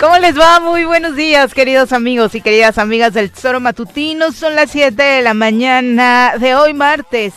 ¿Cómo les va? Muy buenos días, queridos amigos y queridas amigas del Tesoro Matutino. Son las 7 de la mañana de hoy, martes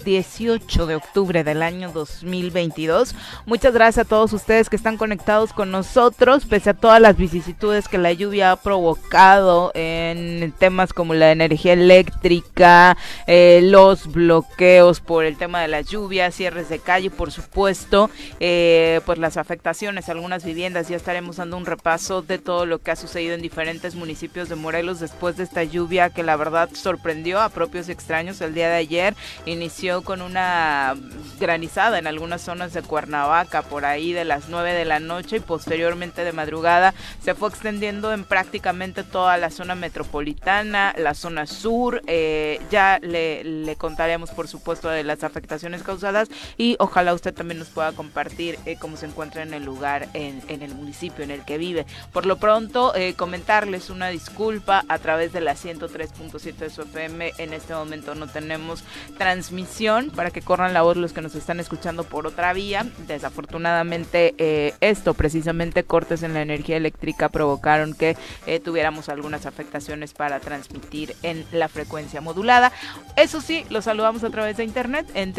18 de octubre del año 2022. Muchas gracias a todos ustedes que están conectados con nosotros, pese a todas las vicisitudes que la lluvia ha provocado en temas como la energía eléctrica, los bloqueos por el tema de las lluvias, cierres de calle, por supuesto, pues las afectaciones a algunas viviendas. Ya estaremos dando un repaso de todo lo que ha sucedido en diferentes municipios de Morelos después de esta lluvia que la verdad sorprendió a propios y extraños. El día de ayer inició con una granizada en algunas zonas de Cuernavaca por ahí de las 9 de la noche y posteriormente de madrugada se fue extendiendo en prácticamente toda la zona metropolitana, la zona sur. Ya le contaremos por supuesto de las afectaciones causadas y ojalá usted también nos pueda compartir cómo se encuentra en el lugar, en el municipio en el que vive. Por lo pronto comentarles una disculpa a través de la 103.7 de su FM. En este momento no tenemos transmisión para que corran la voz los que nos están escuchando por otra vía. Desafortunadamente esto, precisamente cortes en la energía eléctrica provocaron que tuviéramos algunas afectaciones para transmitir en la frecuencia modulada. Eso sí, los saludamos a través de internet en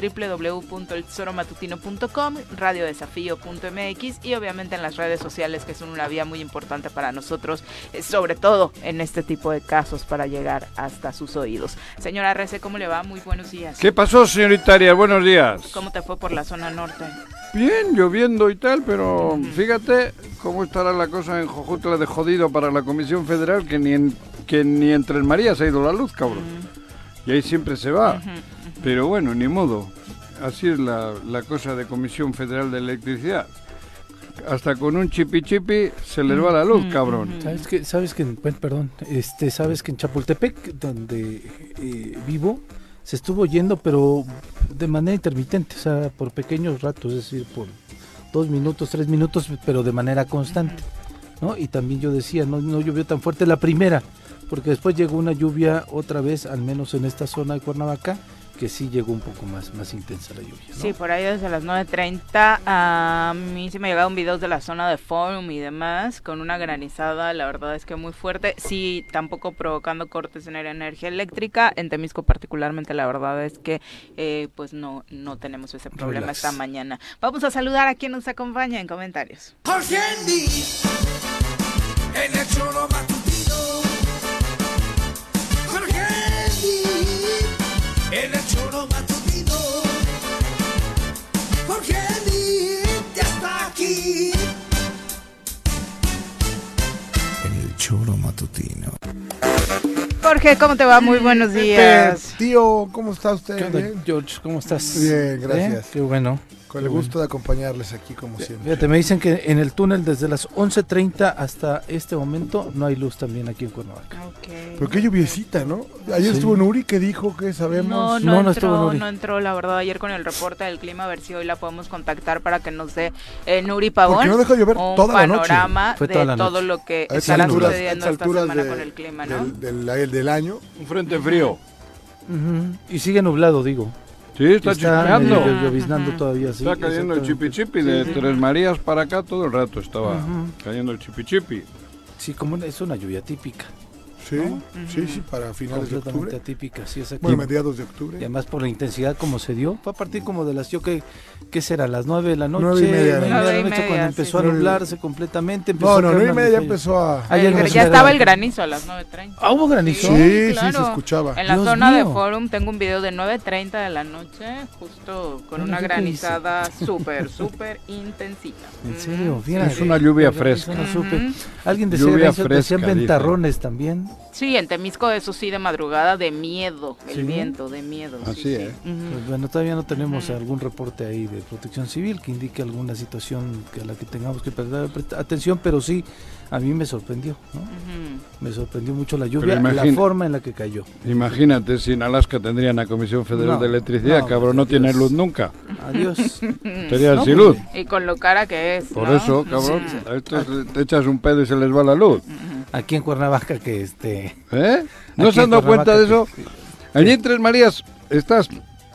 www.eltesoromatutino.com, radiodesafío.mx y obviamente en las redes sociales, que son una vía muy importante para nosotros, sobre todo en este tipo de casos, para llegar hasta sus oídos. Señora Rece, ¿cómo le va? Muy buenos días. ¿Qué pasó, señorita Arias? Buenos días. ¿Cómo te fue por la zona norte? Bien, lloviendo y tal, pero fíjate cómo estará la cosa en Jojutla de jodido para la Comisión Federal, que ni en Tres Marías ha ido la luz, cabrón. Y ahí siempre se va. Pero bueno, ni modo. Así es la cosa de Comisión Federal de Electricidad. Hasta con un chipi se les va la luz, cabrón. ¿Sabes que en Chapultepec, donde vivo, se estuvo yendo, pero de manera intermitente, o sea, por pequeños ratos, es decir, por 2 minutos, 3 minutos, pero de manera constante, ¿no? Y también yo decía, no llovió tan fuerte la primera, porque después llegó una lluvia otra vez, al menos en esta zona de Cuernavaca, que sí llegó un poco más intensa la lluvia, ¿no? Sí, por ahí desde las 9:30 a mí sí me llegaron videos de la zona de Forum y demás, con una granizada, la verdad es que muy fuerte, sí, tampoco provocando cortes en la energía eléctrica. En Temisco particularmente, la verdad es que pues no tenemos ese problema esta mañana. Vamos a saludar a quien nos acompaña en comentarios. Jorge Andy, en el Tesoro Matutino. Jorge Andy, en el Tesoro Matutino. Jorge Andy ya está aquí. En el Tesoro Matutino. Jorge, ¿cómo te va? Muy buenos días. Tío, ¿cómo está usted? ¿Qué onda, George? ¿Cómo estás? Bien, gracias. Qué bueno. Con el gusto de acompañarles aquí como siempre. Fíjate, me dicen que en el túnel desde las 11:30 hasta este momento no hay luz también aquí en Cuernavaca. Okay. Pero qué lluviecita, ¿no? Ayer estuvo Nuri, que dijo que sabemos. No estuvo Nuri. No entró, la verdad, ayer con el reporte del clima, a ver si hoy la podemos contactar para que nos dé Nuri Pavón. Porque no deja llover toda la noche. Un panorama de todo lo que estará sucediendo esta semana con el clima, ¿no? Del año. Un frente frío. Y sigue nublado, digo. Sí, está chispeando. Lloviznando todavía, sí. Está cayendo el chipi de Tres Marías para acá, todo el rato estaba cayendo el chipi. Sí, como es una lluvia típica. Sí, ¿no? sí, para finales de octubre. Atípica, sí, es aquí. Bueno, mediados de octubre. Y además por la intensidad como se dio, fue a partir como de las, ¿qué será? Las 9 de la noche. 9:30. Cuando empezó a nublarse completamente. No, 9:30 ya empezó a... ya estaba el granizo a las 9:30. ¿Ah, hubo granizo? Sí, claro. Sí, se escuchaba. En la zona de Forum tengo un video de 9:30 de la noche, justo con una granizada súper intensita. ¿En serio? Es una lluvia fresca. Alguien decían ventarrones también. Sí, en Temisco, eso sí, de madrugada, de miedo, el viento, de miedo. Así es. Pues bueno, todavía no tenemos algún reporte ahí de Protección Civil que indique alguna situación a la que tengamos que prestar atención, pero sí, a mí me sorprendió, ¿no? Me sorprendió mucho la lluvia, la forma en la que cayó. Imagínate si en Alaska tendrían la Comisión Federal de Electricidad, cabrón, no tiene luz nunca. Adiós. Estarían sin luz. Y con lo cara que es, Por eso, cabrón, a estos te echas un pedo y se les va la luz. Aquí en Cuernavaca ¿No se han dado cuenta de eso? Allí en Tres Marías estás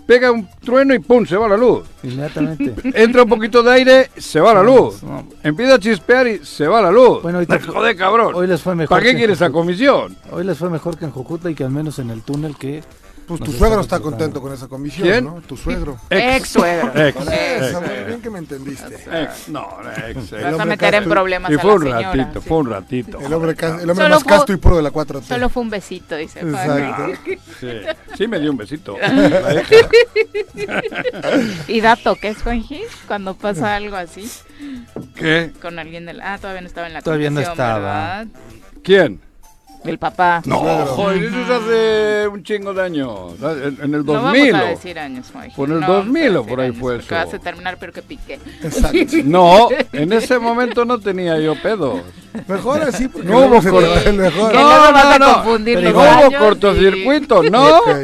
pega un trueno y ¡pum! Se va la luz. Inmediatamente. Entra un poquito de aire, se va la luz. No. Empieza a chispear y se va la luz. Bueno, Joder, cabrón. Hoy les fue mejor. ¿Para qué que en quieres esa Jojutla. comisión? Hoy les fue mejor que en Jojutla y que al menos en el túnel que... Pues nos tu suegro está explotando. contento con esa comisión, ¿Quién? ¿no? Tu suegro. Ex suegro. Por eso, muy bien que me entendiste. Vas a meter en problemas Y a fue la un señora. ratito, sí. fue un ratito. El hombre Solo más fue- casto y puro de la 4T. Solo fue un besito, dice. Exacto. Sí, sí me dio un besito. ¿Y da toques, Juanji, cuando pasa algo así ¿Qué? con alguien del... Ah, todavía no estaba en la Todavía no conversación, estaba. ¿verdad? ¿Quién? El papá. No, joder, eso es hace un chingo de años. En el No 2000. vamos a decir años, Juanji. Por el No 2000 vamos a o por decir ahí años, fue porque eso. vas a terminar pero que pique. Exacto. No, en ese momento no tenía yo pedos. Mejor así, porque No hubo luego se corte. corta el mejor. Que luego vas a confundir pero los no hubo años cortocircuito, ¿no? Ok.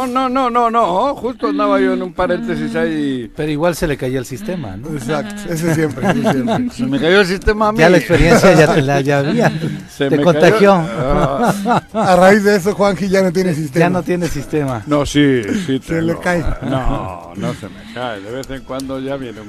No, justo andaba yo en un paréntesis ahí. Pero igual se le caía el sistema, ¿no? Exacto, ese siempre, ese siempre. Se me cayó el sistema a mí. Ya la experiencia ya había. Se Te me contagió. cayó. A raíz de eso, Juanji ya no tiene sistema. Ya no tiene sistema. No, sí. Se le cae. No se me cae. De vez en cuando ya viene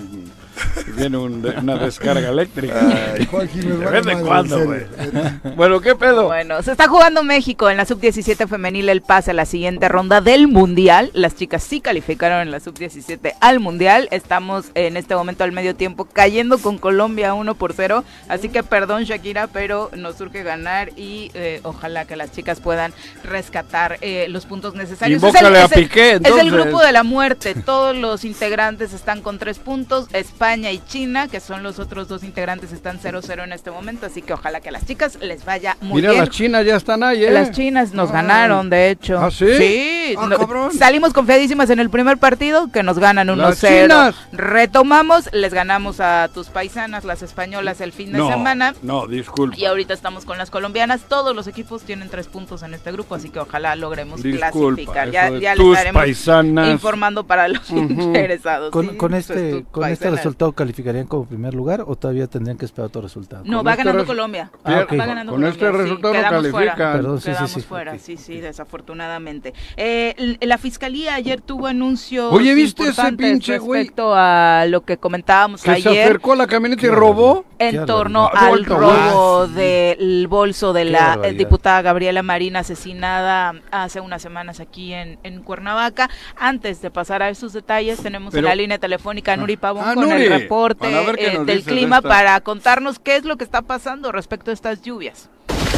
una descarga eléctrica. Ay, Juanji, nos De vale vez en madre, cuando, en güey. serio. Bueno, ¿qué pedo? Bueno, se está jugando México en la sub-17 femenil el pase a la siguiente ronda del Mundial. Las chicas sí calificaron en la sub-17 al Mundial. Estamos en este momento al medio tiempo cayendo con Colombia 1-0. Así que perdón, Shakira, pero nos urge ganar y ojalá que las chicas puedan rescatar los puntos necesarios. Invócale a Piqué, es entonces. el grupo de la muerte. Todos los integrantes están con 3 puntos. España y China, que son los otros 2 integrantes, están 0-0 en este momento. Así que ojalá que a las chicas les vaya muy Mira, bien. las chinas ya están ahí, ¿eh? Las chinas nos ganaron, de hecho. ¿Ah, sí? Sí. Ah, cabrón. Salimos confiadísimas en el primer partido, que nos ganan 1-0. Las chinas. Retomamos, les ganamos a tus paisanas, las españolas, el fin de semana. No, disculpa. Y ahorita estamos con las colombianas. Todos los equipos tienen 3 puntos en este grupo, así que ojalá logremos clasificar. Ya eso de les tus estaremos paisanas. informando para los interesados. Con, Sí, con pues, este tus con este paisanas. resultado calificarían como primer lugar o todavía tendrían que esperar otro resultado. No, Con va este ganando res- Colombia. Ah, ok. Va ganando Con este Colombia, resultado no quedamos califican. fuera. Perdón, sí, Quedamos sí. fuera, Ok. sí, desafortunadamente. La fiscalía ayer tuvo anuncios Oye, ¿viste ese importantes pinche güey? respecto a lo que comentábamos Que se ayer acercó a la camioneta y robó. en Qué torno barbaridad. al Vuelto robo más. del bolso de Qué la barbaridad. diputada Gabriela Marín, asesinada hace unas semanas aquí en Cuernavaca. Antes de pasar a esos detalles, tenemos en Pero- la línea telefónica a Nuri Pavón Ah, con Nuri. el reporte Bueno, a ver qué nos del dices de clima esta. para contarnos qué es lo que está pasando respecto a estas lluvias.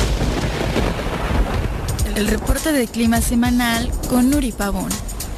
El reporte de clima semanal con Nuri Pavón.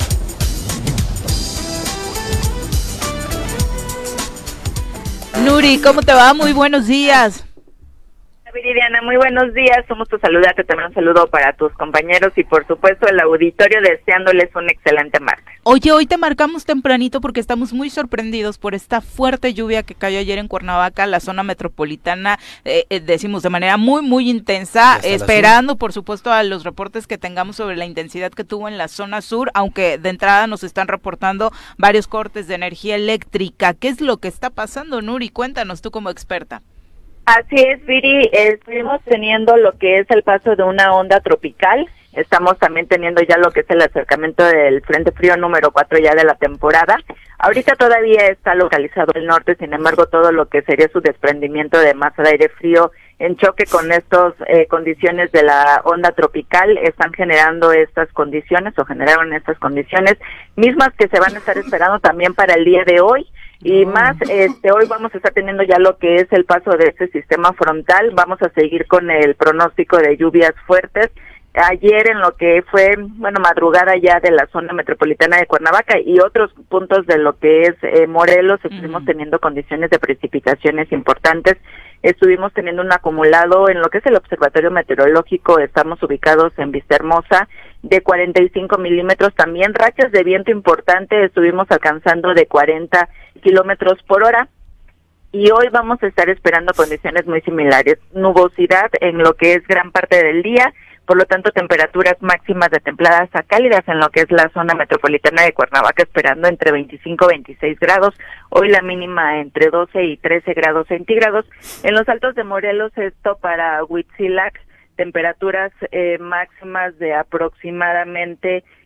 Nuri, ¿cómo te va? Muy buenos días. Viridiana, muy buenos días, somos tu saludarte, también un saludo para tus compañeros y por supuesto el auditorio deseándoles un excelente martes. Oye, hoy te marcamos tempranito porque estamos muy sorprendidos por esta fuerte lluvia que cayó ayer en Cuernavaca, la zona metropolitana, decimos de manera muy intensa, hasta la esperando por supuesto a los reportes que tengamos sobre la intensidad que tuvo en la zona sur, aunque de entrada nos están reportando varios cortes de energía eléctrica. ¿Qué es lo que está pasando, Nuri? Cuéntanos tú como experta. Así es, Viri, estuvimos teniendo lo que es el paso de una onda tropical, estamos también teniendo ya lo que es el acercamiento del Frente Frío número 4 ya de la temporada. Ahorita todavía está localizado el norte, sin embargo todo lo que sería su desprendimiento de masa de aire frío en choque con estas condiciones de la onda tropical están generando estas condiciones o generaron estas condiciones mismas que se van a estar esperando también para el día de hoy. Y más, hoy vamos a estar teniendo ya lo que es el paso de este sistema frontal, vamos a seguir con el pronóstico de lluvias fuertes. Ayer en lo que fue, madrugada ya de la zona metropolitana de Cuernavaca y otros puntos de lo que es Morelos, estuvimos teniendo condiciones de precipitaciones importantes. Estuvimos teniendo un acumulado en lo que es el observatorio meteorológico, estamos ubicados en Vistahermosa, de 45 milímetros, también rachas de viento importante, estuvimos alcanzando de 40 kilómetros por hora. Y hoy vamos a estar esperando condiciones muy similares, nubosidad en lo que es gran parte del día, por lo tanto temperaturas máximas de templadas a cálidas en lo que es la zona metropolitana de Cuernavaca, esperando entre 25 y 26 grados, hoy la mínima entre 12 y 13 grados centígrados. En los altos de Morelos, esto para Huitzilac, temperaturas máximas de aproximadamente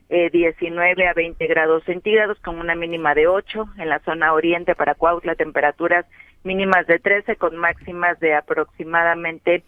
19 a 20 grados centígrados con una mínima de 8. En la zona oriente para Cuautla, temperaturas mínimas de 13 con máximas de aproximadamente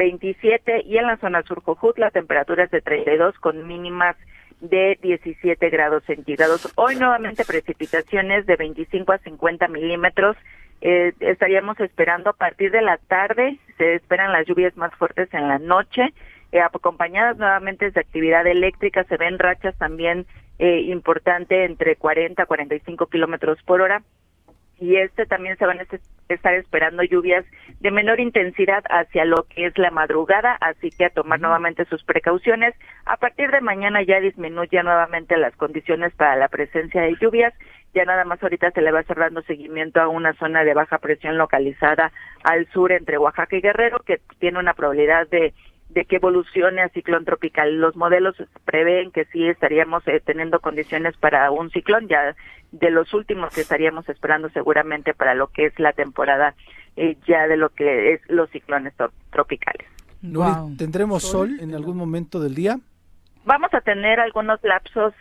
27, y en la zona sur Jojutla temperaturas de 32 con mínimas de 17 grados centígrados. Hoy nuevamente precipitaciones de 25 a 50 milímetros. Estaríamos esperando a partir de la tarde, se esperan las lluvias más fuertes en la noche, acompañadas nuevamente de actividad eléctrica. Se ven rachas también importante entre 40 a 45 kilómetros por hora. Y también se van a estar esperando lluvias de menor intensidad hacia lo que es la madrugada, así que a tomar nuevamente sus precauciones. A partir de mañana ya disminuyen nuevamente las condiciones para la presencia de lluvias. Ya nada más ahorita se le va a estar dando seguimiento a una zona de baja presión localizada al sur entre Oaxaca y Guerrero, que tiene una probabilidad de que evolucione a ciclón tropical. Los modelos prevén que sí estaríamos teniendo condiciones para un ciclón, ya de los últimos que estaríamos esperando seguramente para lo que es la temporada ya de lo que es los ciclones tropicales. Wow. ¿Tendremos sol en algún momento del día? Vamos a tener algunos lapsos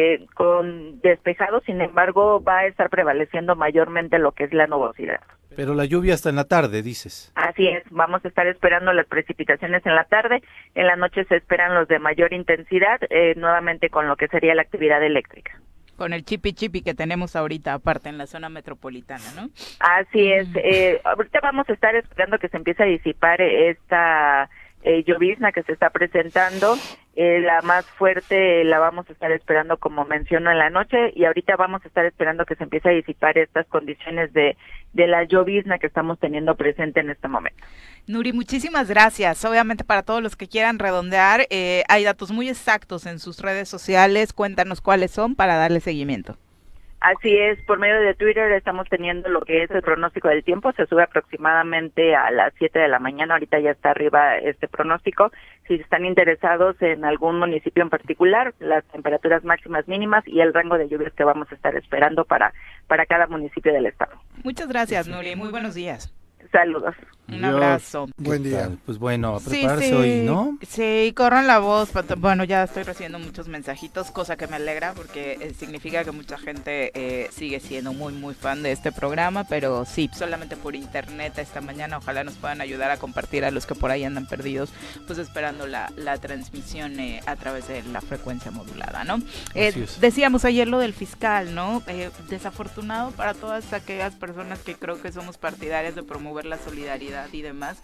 con despejados, sin embargo va a estar prevaleciendo mayormente lo que es la nubosidad. Pero la lluvia hasta en la tarde, dices. Así es, vamos a estar esperando las precipitaciones en la tarde, en la noche se esperan los de mayor intensidad, nuevamente con lo que sería la actividad eléctrica. Con el chipi que tenemos ahorita, aparte en la zona metropolitana, ¿no? Así es, ahorita vamos a estar esperando que se empiece a disipar esta llovizna que se está presentando. La más fuerte la vamos a estar esperando, como menciono, en la noche, y ahorita vamos a estar esperando que se empiece a disipar estas condiciones de la llovizna que estamos teniendo presente en este momento. Nuri, muchísimas gracias. Obviamente para todos los que quieran redondear, hay datos muy exactos en sus redes sociales. Cuéntanos cuáles son para darle seguimiento. Así es, por medio de Twitter estamos teniendo lo que es el pronóstico del tiempo, se sube aproximadamente a las 7 de la mañana, ahorita ya está arriba este pronóstico. Si están interesados en algún municipio en particular, las temperaturas máximas mínimas y el rango de lluvias que vamos a estar esperando para cada municipio del estado. Muchas gracias, Nuri, muy buenos días. Saludos. Un abrazo. Buen día. Pues bueno, a prepararse hoy, ¿no? Sí, corran la voz. Bueno, ya estoy recibiendo muchos mensajitos, cosa que me alegra porque significa que mucha gente sigue siendo muy, muy fan de este programa, pero sí, solamente por internet esta mañana. Ojalá nos puedan ayudar a compartir a los que por ahí andan perdidos, pues esperando la transmisión a través de la frecuencia modulada, ¿no? Decíamos ayer lo del fiscal, ¿no? Desafortunado para todas aquellas personas que creo que somos partidarias de promover la solidaridad y demás,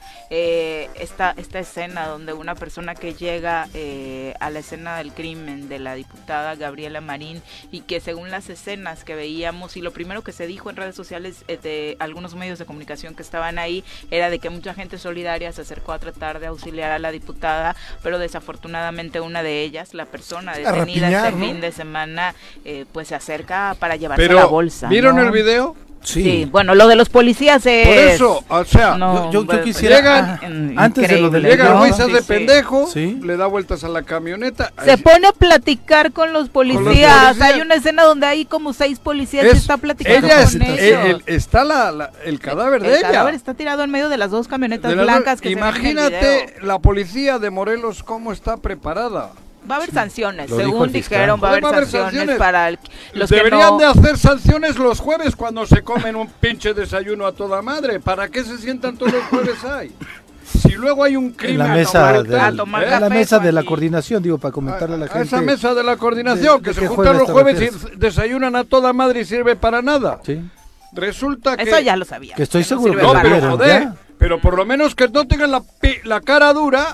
esta escena donde una persona que llega a la escena del crimen de la diputada Gabriela Marín, y que según las escenas que veíamos y lo primero que se dijo en redes sociales de algunos medios de comunicación que estaban ahí, era de que mucha gente solidaria se acercó a tratar de auxiliar a la diputada, pero desafortunadamente una de ellas, la persona detenida este fin de semana, pues se acerca para llevarse la bolsa. ¿Vieron el video? Sí, bueno, lo de los policías es... Por eso, o sea, yo quisiera... antes de lo del... Llega el güey, se hace pendejo, le da vueltas a la camioneta. Se pone a platicar con los policías. Hay una escena donde hay como 6 policías y está platicando con ellos. Está el cadáver de ella. El cadáver está tirado en medio de las 2 camionetas blancas que imagínate se ven en el video. La policía de Morelos cómo está preparada. Va a haber sanciones, según dijeron, va a haber sanciones para los Deberían de hacer sanciones los jueves cuando se comen un pinche desayuno a toda madre. ¿Para qué se sientan todos los jueves ahí? Si luego hay un crimen... En la mesa de la coordinación, digo, para comentarle a la gente... Esa mesa de la coordinación, que se juntan los jueves y desayunan a toda madre y sirve para nada. Sí. Resulta que... Eso ya lo sabía. Que estoy seguro que no, lo pero vieron, joder, ¿ya? pero por lo menos que no tengan la cara dura...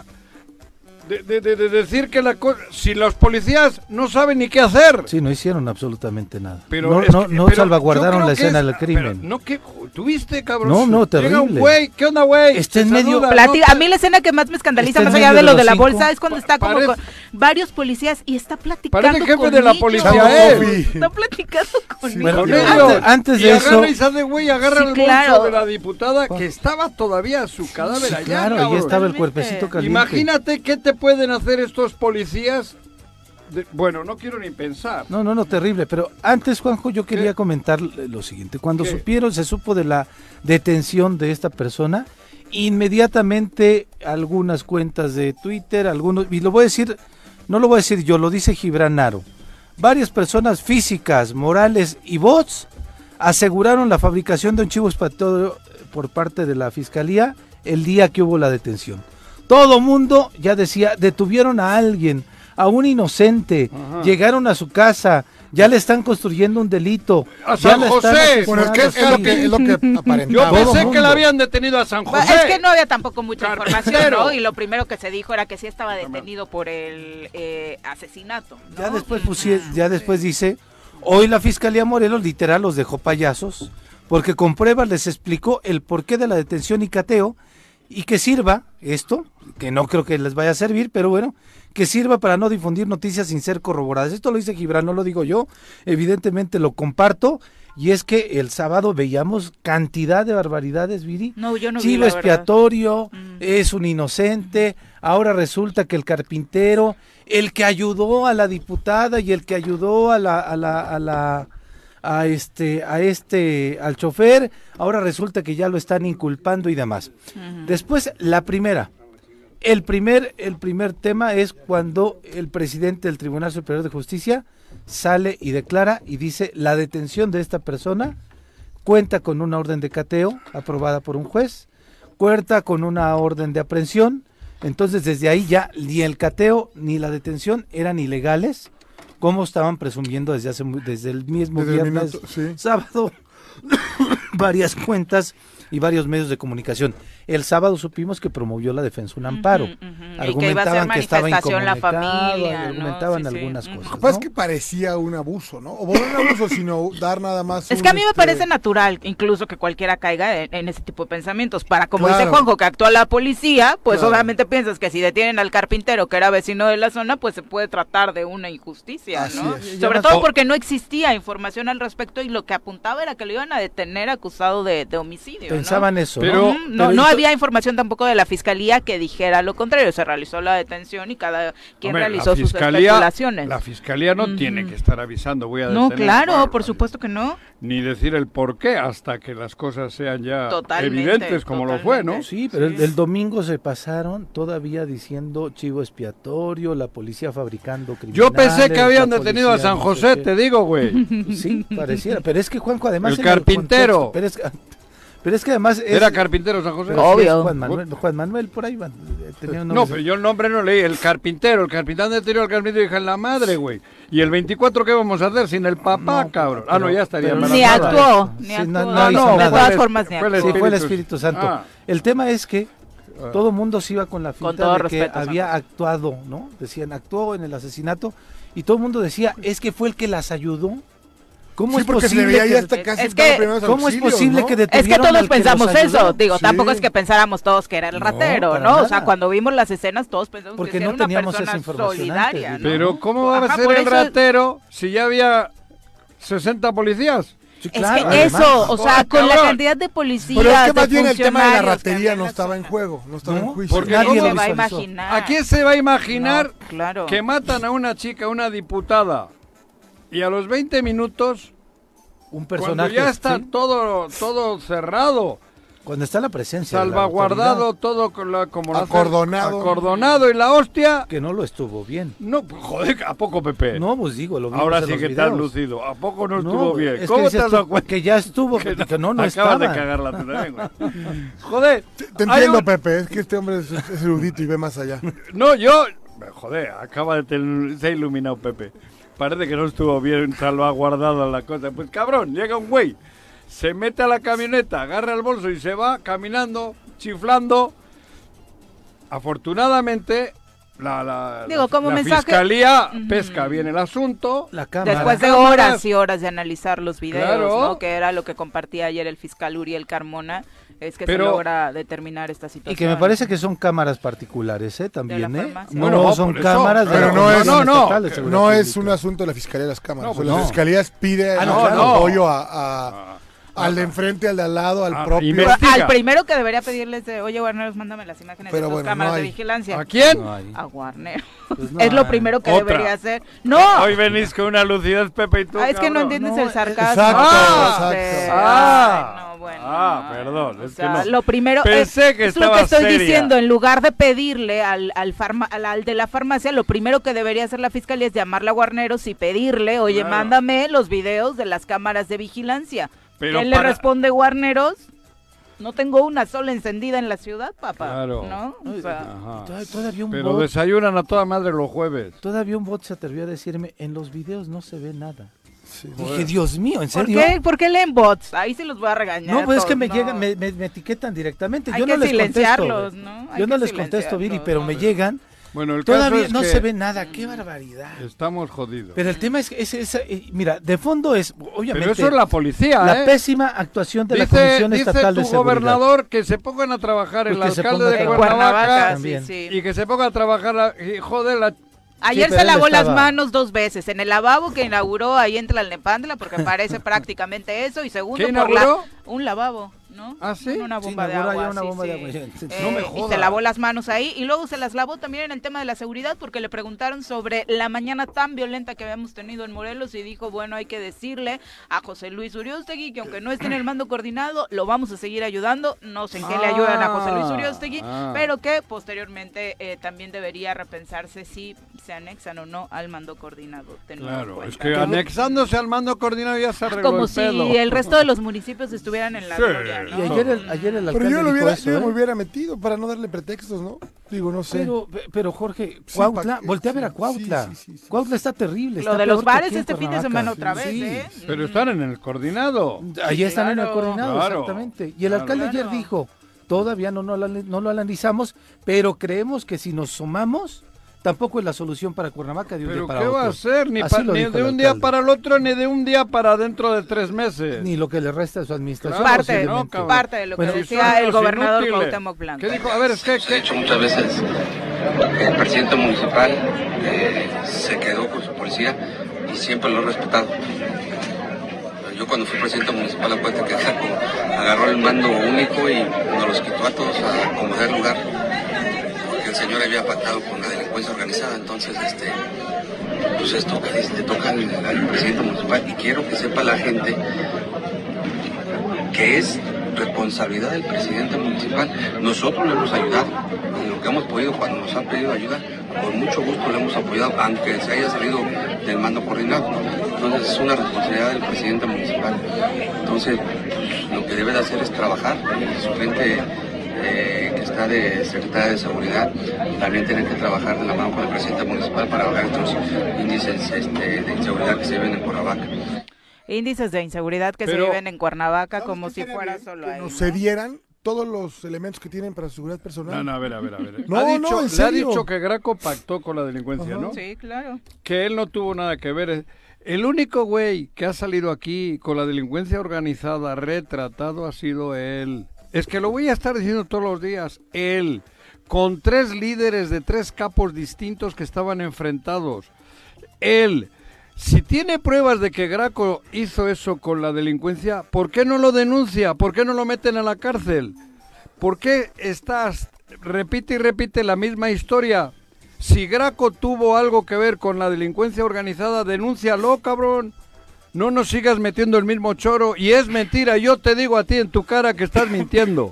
De decir que si los policías no saben ni qué hacer. Sí, no hicieron absolutamente nada. Pero no salvaguardaron la escena del crimen. Pero, ¿tuviste, cabrón? No, terrible. Llega un güey, ¿qué onda, güey? Está en medio... A mí la escena que más me escandaliza, más allá de lo de la bolsa, es cuando está como con varios policías y está platicando parece jefe con de la policía, Está platicando con ellos. Antes de eso... Agarra y sale, güey, agarra el bolso de la diputada que estaba todavía su cadáver allá, claro, cabrón. y estaba el cuerpecito caliente. Imagínate qué te pueden hacer estos policías. Bueno, no quiero ni pensar. No, terrible. Pero antes, Juanjo, yo quería comentar lo siguiente. Cuando se supo de la detención de esta persona, inmediatamente algunas cuentas de Twitter, y lo voy a decir, no lo voy a decir yo, lo dice Gibran Aro, varias personas físicas, morales y bots aseguraron la fabricación de un chivo expiatorio por parte de la Fiscalía el día que hubo la detención. Todo mundo ya decía, detuvieron a alguien, a un inocente, llegaron a su casa, ya le están construyendo un delito. ¡A San José! Bueno, es lo que aparentaba. Yo pensé que la habían detenido a San José. Es que no había tampoco mucha información, Carpintero. ¿no? Y lo primero que se dijo era que sí estaba detenido por el asesinato, ¿no? Ya después dice, hoy la Fiscalía Morelos literal los dejó payasos, porque con pruebas les explicó el porqué de la detención y cateo, y que sirva esto, que no creo que les vaya a servir, pero bueno, que sirva para no difundir noticias sin ser corroboradas. Esto lo dice Gibran, no lo digo yo, evidentemente lo comparto, y es que el sábado veíamos cantidad de barbaridades, Viri. No, yo no vi, Chivo la expiatorio, es un inocente, ahora resulta que el carpintero, el que ayudó a la diputada y el que ayudó al chofer, ahora resulta que ya lo están inculpando y demás. Después, el primer tema es cuando el presidente del Tribunal Superior de Justicia sale y declara y dice, la detención de esta persona cuenta con una orden de cateo aprobada por un juez, cuenta con una orden de aprehensión. Entonces desde ahí ya ni el cateo ni la detención eran ilegales, como estaban presumiendo desde el mismo viernes, sábado, varias cuentas y varios medios de comunicación. El sábado supimos que promovió la defensa un amparo. Argumentaban que estaba incomunicado, argumentaban algunas cosas. Lo que pasa es que parecía un abuso, ¿no? O no un abuso, sino dar nada más. Es que a mí me parece natural, incluso que cualquiera caiga en ese tipo de pensamientos. Como dice Juanjo, que actúa la policía, pues obviamente piensas que si detienen al carpintero, que era vecino de la zona, pues se puede tratar de una injusticia, Así ¿no? es. Sobre todo porque no existía información al respecto y lo que apuntaba era que lo iban a detener acusado de homicidio. Pensaban eso, pero no había información tampoco de la fiscalía que dijera lo contrario. Se realizó la detención y cada quien realizó sus especulaciones. La fiscalía no tiene que estar avisando, voy a No, detener. claro, por supuesto que no. Ni decir el por qué hasta que las cosas sean ya Totalmente, evidentes como lo fue, ¿no? Sí, pero el domingo se pasaron todavía diciendo chivo expiatorio, la policía fabricando criminales. Yo pensé que habían detenido a policía San no José, sé qué. te digo, güey. Sí, pareciera, pero es que Juanjo además... El en carpintero. contexto, pero es que además... ¿Era carpintero San José? Obvio. Juan Manuel, por ahí van. Tenía un No, nombre. pero yo el nombre no leí. El carpintero anterior al carpintero, hija en la madre, güey. ¿Y el 24 qué vamos a hacer sin el papá, No, cabrón? pero- No, ya estaría pero- Ni embarazada. actuó, Sí, ni actuó. no hizo de nada. todas formas, ni Fue el actuó. Sí, fue el Espíritu Santo. Ah. El tema es que todo el mundo se iba con la Con finta todo de respeto, que había Santos. actuado, ¿no? Decían, actuó en el asesinato y todo el mundo decía, es que fue el que las ayudó. ¿Cómo Sí, es porque se le posible veía que ya hasta casi es que, dando primeros ¿cómo es auxilios, posible ¿no? que Es detuvieron que todos al que pensamos los ayudó? eso, digo, Sí. tampoco es que pensáramos todos que era el No, ratero, para ¿no? O nada. sea, cuando vimos las escenas todos pensamos Porque que no era una teníamos persona esa información solidaria, antes, ¿no? Pero ¿cómo va a Ajá, ser por el eso- ratero si ya había 60 policías? Sí, Es claro, que además. eso, o sea, Joder, con la cabrón. cantidad de policías, Pero es que más de bien el tema de la funcionarios que ratería había no en la estaba en zona. juego, no estaba No, en juicio. porque Nadie Nadie se lo va a visualizó. imaginar. ¿A quién se va a imaginar No, claro. que matan a una chica, una diputada, y a los 20 minutos, Un cuando personaje, ya está ¿sí? todo cerrado, Cuando está la presencia de la salvaguardado, autoridad, todo con Acordonado. y la hostia? que no lo estuvo bien. No, pues, joder, ¿a poco, Pepe? No, pues digo, lo vimos Ahora en sí los que te has videos. lucido. ¿A poco no No, estuvo bien? es que ¿Cómo te dices has dado tú cuenta? que ya estuvo, Que que no acabas estaba. de cagarla tú también, güey. Joder. Te hay entiendo, un- Pepe, es que este hombre es erudito y ve más allá. No, yo... Joder, acaba de se ha iluminado Pepe. Parece que no estuvo bien salvaguardada la cosa. Pues cabrón, llega un güey, se mete a la camioneta, agarra el bolso y se va caminando, chiflando. Afortunadamente, Digo, como la mensaje- fiscalía pesca bien el asunto. La cámara. Después de Cámaras. horas y horas de analizar los videos, Claro. ¿no? Que era lo que compartía ayer el fiscal Uriel Carmona, es que Pero- se logra determinar esta situación. Y que me parece que son cámaras particulares, también, De la farmacia. No, Bueno, son por eso. cámaras de Pero la no es- Comisión no, Estatal de Seguridad No es Pública. un asunto de la Fiscalía de las Cámaras. No, o sea, pues la no. Fiscalía pide no, no. apoyo al de enfrente, al de al lado, al propio. investiga. Al primero que debería pedirles de, oye, Warner, mándame las imágenes Pero de tus bueno, cámaras no de hay. vigilancia. ¿A quién? No hay. A Warner. Pues no es lo hay. primero que Otra. debería hacer. ¡No! Hoy venís con una lucidez, Pepe, y tú, Es que no cabrón. entiendes No, el sarcasmo. exacto, Ah, exacto. Ah. Ay, no, Bueno, perdón. o Es sea, que no. lo primero Pensé que es lo estaba que estoy seria. diciendo. En lugar de pedirle al de la farmacia, lo primero que debería hacer la fiscalía es llamarle a Guarneros y pedirle, oye, Claro. mándame los videos de las cámaras de vigilancia. Pero ¿Qué le para- responde Guarneros? No tengo una sola encendida en la ciudad, papá. Claro. ¿No? O sea, Ajá. Todavía un Pero bot, desayunan a toda madre los jueves. todavía un bot se atrevió a decirme, en los videos no se ve nada. Sí. Dije, Dios mío, ¿en ¿por serio? qué? ¿Por qué leen bots? Ahí se los voy a regañar. No, pues es que todos, me no. llegan, me etiquetan directamente. Hay Yo que no les silenciarlos, contesto. ¿no? Hay Yo no que les contesto, Viri, silenciarlos, pero ¿no? me llegan. Bueno, el caso Todavía es no que se ve nada, qué barbaridad. estamos jodidos. Pero el tema es que mira, de fondo es, obviamente, Pero eso es la policía, la ¿eh? pésima actuación de la Dice Comisión Estatal tu de Seguridad. gobernador que se pongan a trabajar, el Pues que se alcalde ponga a de trabajar. Cuernavaca, también. sí. y que se ponga a trabajar, y joder, Ayer pero se él lavó las estaba- manos 2 veces, en el lavabo que inauguró ahí en Tlalnepantla, porque parece prácticamente eso, y segundo ¿Qué por inauguró? un lavabo, ¿no? ¿Ah, sí? Una Sí, bomba de inauguró agua. ya una sí, bomba de sí. agua, sí. No me Y jodas. se lavó las manos ahí, y luego se las lavó también en el tema de la seguridad, porque le preguntaron sobre la mañana tan violenta que habíamos tenido en Morelos, y dijo, bueno, hay que decirle a José Luis Uriostegui que aunque no esté en el mando coordinado, lo vamos a seguir ayudando, no sé en qué le ayudan a José Luis Uriostegui, pero que posteriormente también debería repensarse si se anexan o no al mando coordinado. Tenerlo en Claro, cuenta. es que anexándose al mando coordinado ya se arregló Como el si pedo. el resto de los municipios estuvieran en la Sí. gloria, ¿no? Y ayer el alcalde Pero yo, dijo eso, yo me ¿eh? hubiera metido para no darle pretextos, ¿no? Digo, no sé. Pero Jorge, Sí, Cuautla, pa- voltea a ver a sí, Cuautla. sí. Cuautla está terrible. Lo está de los peor que bares aquí en este fin de Cuernavaca. semana otra vez, Sí. ¿eh? Pero están en el coordinado. Allí están en el claro. coordinado, Claro. exactamente. Y el Claro. alcalde ayer Claro. dijo, todavía no lo analizamos, pero creemos que si nos sumamos, tampoco es la solución para Cuernavaca de un ¿Pero día para qué otro. va a ser? Ni, Así lo ni dijo de el un día alcalde. para el otro, ni de un día para dentro de 3 meses. Ni lo que le resta de su administración. Claro, Parte, posiblemente. no, cabrón. parte de lo que Bueno, decía son el los gobernador inútiles. Cuauhtémoc Blanco. ¿Qué dijo? A ver, es que... Se ha dicho muchas veces, el presidente municipal se quedó con su policía y siempre lo he respetado. Yo cuando fui presidente municipal, acuérdate que Jaco agarró el mando único y nos los quitó a todos a como der lugar, porque el señor había pactado con la delincuencia organizada. Entonces, pues esto le toca al presidente municipal, y quiero que sepa la gente que es responsabilidad del presidente municipal. Nosotros le hemos ayudado en lo que hemos podido, cuando nos han pedido ayuda, con mucho gusto le hemos apoyado, aunque se haya salido del mando coordinado. Entonces es una responsabilidad del presidente municipal. Entonces, pues, lo que debe de hacer es trabajar. Su gente que está de secretaria de seguridad también tiene que trabajar de la mano con el presidente municipal para bajar estos índices de inseguridad que se ven en Cuernavaca. Índices de inseguridad que se Pero- viven en Cuernavaca ¿Sabes como qué si estaría fuera bien? solo Que ahí. nos ¿no? cedieran todos los elementos que tienen para su seguridad personal. No, a ver. No, ha no, dicho, en le ha serio. dicho que Graco pactó con la delincuencia, Ajá. ¿no? Sí, claro. Que él no tuvo nada que ver. El único güey que ha salido aquí con la delincuencia organizada retratado ha sido él. Es que lo voy a estar diciendo todos los días. Él, con 3 líderes de 3 capos distintos que estaban enfrentados. Él, si tiene pruebas de que Graco hizo eso con la delincuencia, ¿por qué no lo denuncia? ¿Por qué no lo meten a la cárcel? ¿Por qué estás, repite y repite la misma historia? Si Graco tuvo algo que ver con la delincuencia organizada, denúncialo, cabrón. No nos sigas metiendo el mismo choro. Y es mentira, yo te digo a ti en tu cara que estás mintiendo.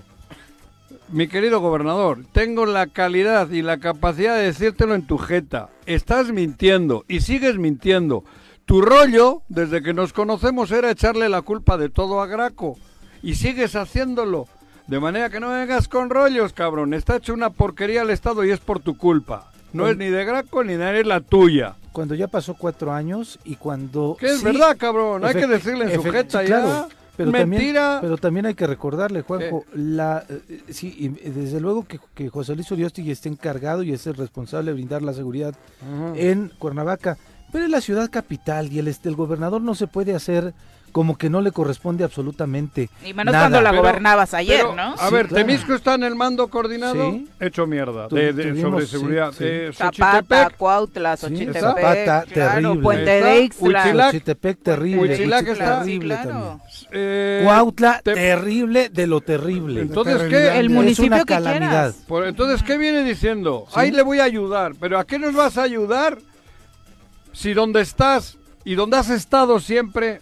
Mi querido gobernador, tengo la calidad y la capacidad de decírtelo en tu jeta. Estás mintiendo y sigues mintiendo. Tu rollo, desde que nos conocemos, era echarle la culpa de todo a Graco. Y sigues haciéndolo. De manera que no vengas con rollos, cabrón. Está hecho una porquería el Estado y es por tu culpa. No es ni de Graco ni de la tuya. Cuando ya pasó 4 años y cuando... Que es sí, verdad, cabrón. Hay que decirle en su jeta sí, ya. claro, pero Mentira. También, pero también hay que recordarle, Juanjo, sí, y desde luego que José Luis Uriostegui esté encargado y es el responsable de brindar la seguridad en Cuernavaca, pero es la ciudad capital y el gobernador no se puede hacer como que no le corresponde absolutamente Y menos nada. cuando la Pero- gobernabas ayer, pero, ¿no? A Sí, ver, claro. Temisco está en el mando coordinado, Sí. hecho mierda, Tuvimos, sobre sí, seguridad. sí. De Zapata, Xochitepec, Cuautla, Sí, Xochitepec, Zapata, claro, terrible. Puente Está de Ixtla. Huitzilac. Xochitepec, terrible. Huitzilac está- terrible Sí, claro. también. Cuautla, te- terrible de lo terrible. Entonces, Terrible. ¿qué? El Es municipio una que calamidad. quieras. Entonces, ¿qué viene diciendo? Ahí le voy a ayudar, pero ¿a qué nos vas a ayudar si donde estás y donde has estado siempre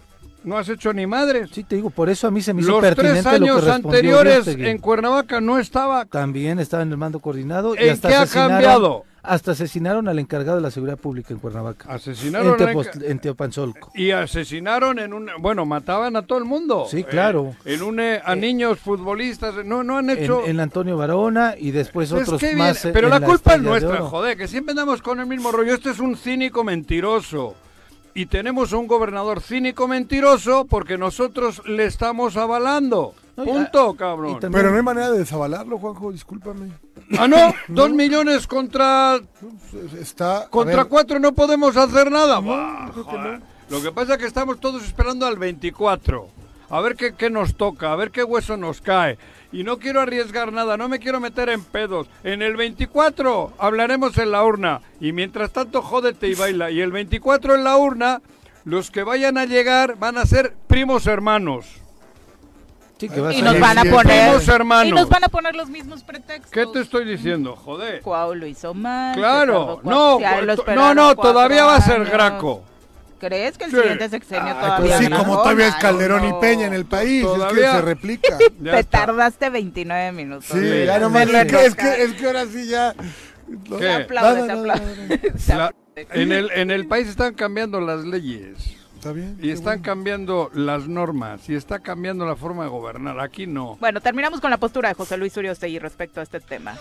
No has hecho ni madres. Sí, te digo, por eso a mí se me hizo Los 3 pertinente lo que años respondió anteriores Uriostegui. en Cuernavaca no estaba. También estaba en el mando coordinado. ¿En qué ha cambiado? Hasta asesinaron al encargado de la seguridad pública en Cuernavaca. Asesinaron en Teopanzolco. y asesinaron mataban a todo el mundo. Sí, claro. A niños futbolistas, no han hecho. En Antonio Barahona y después otros que más. pero la culpa es Estrella de nuestra, Oro. joder, que siempre andamos con el mismo rollo. Este es un cínico mentiroso. Y tenemos a un gobernador cínico mentiroso porque nosotros le estamos avalando. No, Punto, cabrón. Pero no hay manera de desavalarlo, Juanjo, discúlpame. Ah, no, 2 millones contra Está. Contra 4 no podemos hacer nada. No, Buah, creo que joder. no. Lo que pasa es que estamos todos esperando al 24. A ver qué nos toca, a ver qué hueso nos cae. Y no quiero arriesgar nada, no me quiero meter en pedos. En el 24 hablaremos en la urna. Y mientras tanto, jódete y baila. Y el 24 en la urna, los que vayan a llegar van a ser primos hermanos. Sí, que va a Y salir. nos van a Sí, sí, poner primos hermanos. y nos van a poner los mismos pretextos. ¿Qué te estoy diciendo? Joder. Cuau lo hizo mal. Claro. se tardó ya lo No, esperaron no, 4 todavía va a ser años. Graco. ¿Crees que el Sí. siguiente sexenio todavía Pues sí, no? como todavía es Ay, Calderón y no. Peña en el país, es que Todavía. se replica. Ya Te está. tardaste 29 minutos. Sí, ya en nomás, verlo es enroscar. que ahora sí ya. ¿Qué? Se aplaude, No, se no, aplaude. no, Se La- aplaude. en el país están cambiando las leyes. Está bien. Y están cambiando las normas. Y está cambiando la forma de gobernar. Aquí no. Bueno, terminamos con la postura de José Luis Uriostegui respecto a este tema.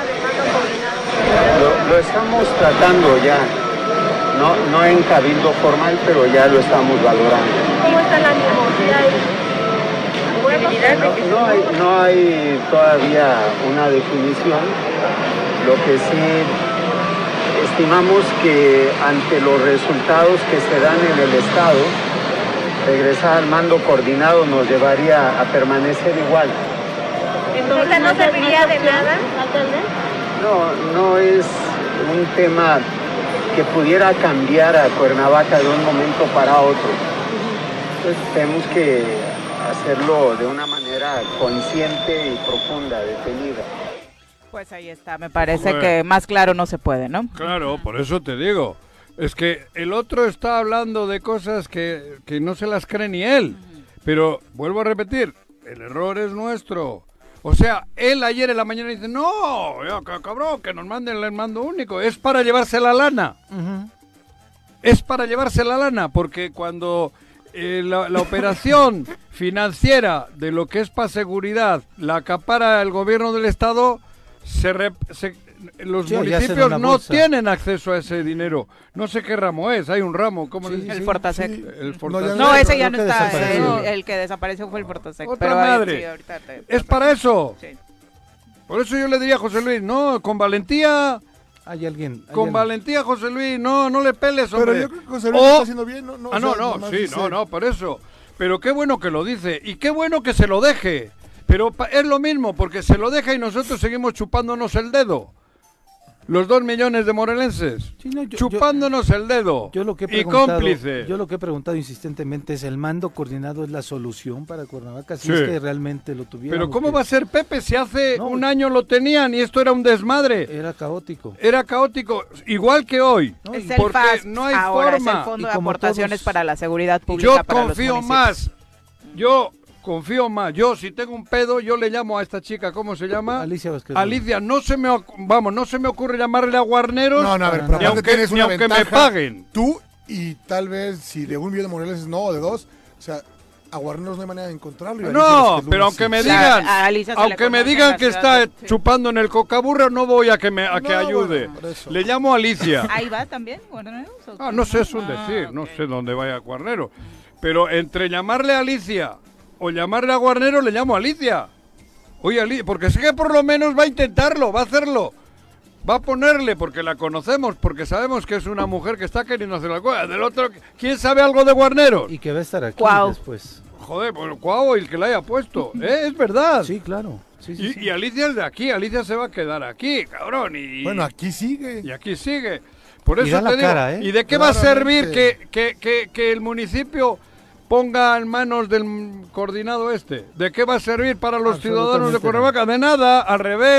Lo estamos tratando ya, no en cabildo formal, pero ya lo estamos valorando. ¿Cómo está el ánimo? No hay todavía una definición. Lo que sí estimamos que ante los resultados que se dan en el Estado, regresar al mando coordinado nos llevaría a permanecer igual. Entonces no serviría de nada, alcalde. No es un tema que pudiera cambiar a Cuernavaca de un momento para otro. Entonces tenemos que hacerlo de una manera consciente y profunda, detenida. Pues ahí está, me parece Joder. que más claro no se puede, ¿no? Claro, por eso te digo. Es que el otro está hablando de cosas que no se las cree ni él. Pero, vuelvo a repetir, el error es nuestro. O sea, él ayer en la mañana dice, no, ya, cabrón, que nos manden el mando único. Es para llevarse la lana. Es para llevarse la lana, porque cuando la operación financiera de lo que es para seguridad la acapara el gobierno del Estado, los Sí, ya hacen municipios una no bolsa. tienen acceso a ese dinero. No sé qué ramo es, hay un ramo, ¿cómo le dicen? El Fortasec. El No, Fortasec. ya No, ese ya creo no que está. desapareció. El que desapareció fue el Fortasec. Otra pero madre. sí, ahorita Es para eso. Sí. Por eso yo le diría a José Luis, no, con valentía, Hay alguien. José Luis, no le peles, Pero hombre. yo creo que José Luis O- lo está haciendo bien. No, Ah, no, no, sí, no, por eso. Pero qué bueno que lo dice y qué bueno que se lo deje. Pero es lo mismo, porque se lo deja y nosotros seguimos chupándonos el dedo. Los 2 millones de morelenses, Sí, no, chupándonos el dedo Yo lo que he y preguntado, cómplices. yo lo que he preguntado insistentemente es, ¿el mando coordinado es la solución para Cuernavaca? Si Sí. es que realmente lo tuviéramos. Pero ¿cómo que va a ser Pepe si hace No. un año lo tenían y esto era un desmadre? Era caótico. Era caótico, igual que hoy. No, Es y- el porque FAST, no hay ahora forma. es el Fondo Y de como Aportaciones todos- para la Seguridad Pública Yo para los confío municipios. más. Yo confío más. Yo, si tengo un pedo, yo le llamo a esta chica, ¿cómo se llama? Alicia Vázquez. Alicia, no se me ocurre llamarle a Guarneros. No, a ver, Ni pero ni aparte aunque, tienes ni una aunque me ventaja. paguen. Tú y tal vez si de un millón de Morelos no, o de 2, o sea, a Guarneros no hay manera de encontrarlo. y a Alicia No, Vázquez pero Luna aunque sí. me Sí, digan, a Alicia se le aunque me conoce en digan la que ciudad, está sí. chupando en el cocaburro, no voy a que me ayude. bueno, por eso. Le llamo a Alicia. Ahí va también, Guarneros. ¿O No qué? sé, es un Ah, decir, ok. no sé dónde vaya Guarnero. Pero entre llamarle a Alicia o llamarle a Guarnero, le llamo a Alicia. Oye, Alicia, porque sé que por lo menos va a intentarlo, va a hacerlo. Va a ponerle, porque la conocemos, porque sabemos que es una mujer que está queriendo hacer la cosa. Del otro, ¿quién sabe algo de Guarneros? Y que va a estar aquí Cuau. después. Joder, pues Cuau, el que la haya puesto. Es verdad. Sí, claro. Sí, sí, sí. Y Alicia es de aquí, Alicia se va a quedar aquí, cabrón. Bueno, aquí sigue. Y aquí sigue. Por Y eso da la te digo, cara, ¿eh? ¿y de qué va a servir Claramente. que el municipio ponga en manos del coordinado este? ¿De qué va a servir para los ciudadanos de Absolutamente Cuernavaca? De nada, al revés.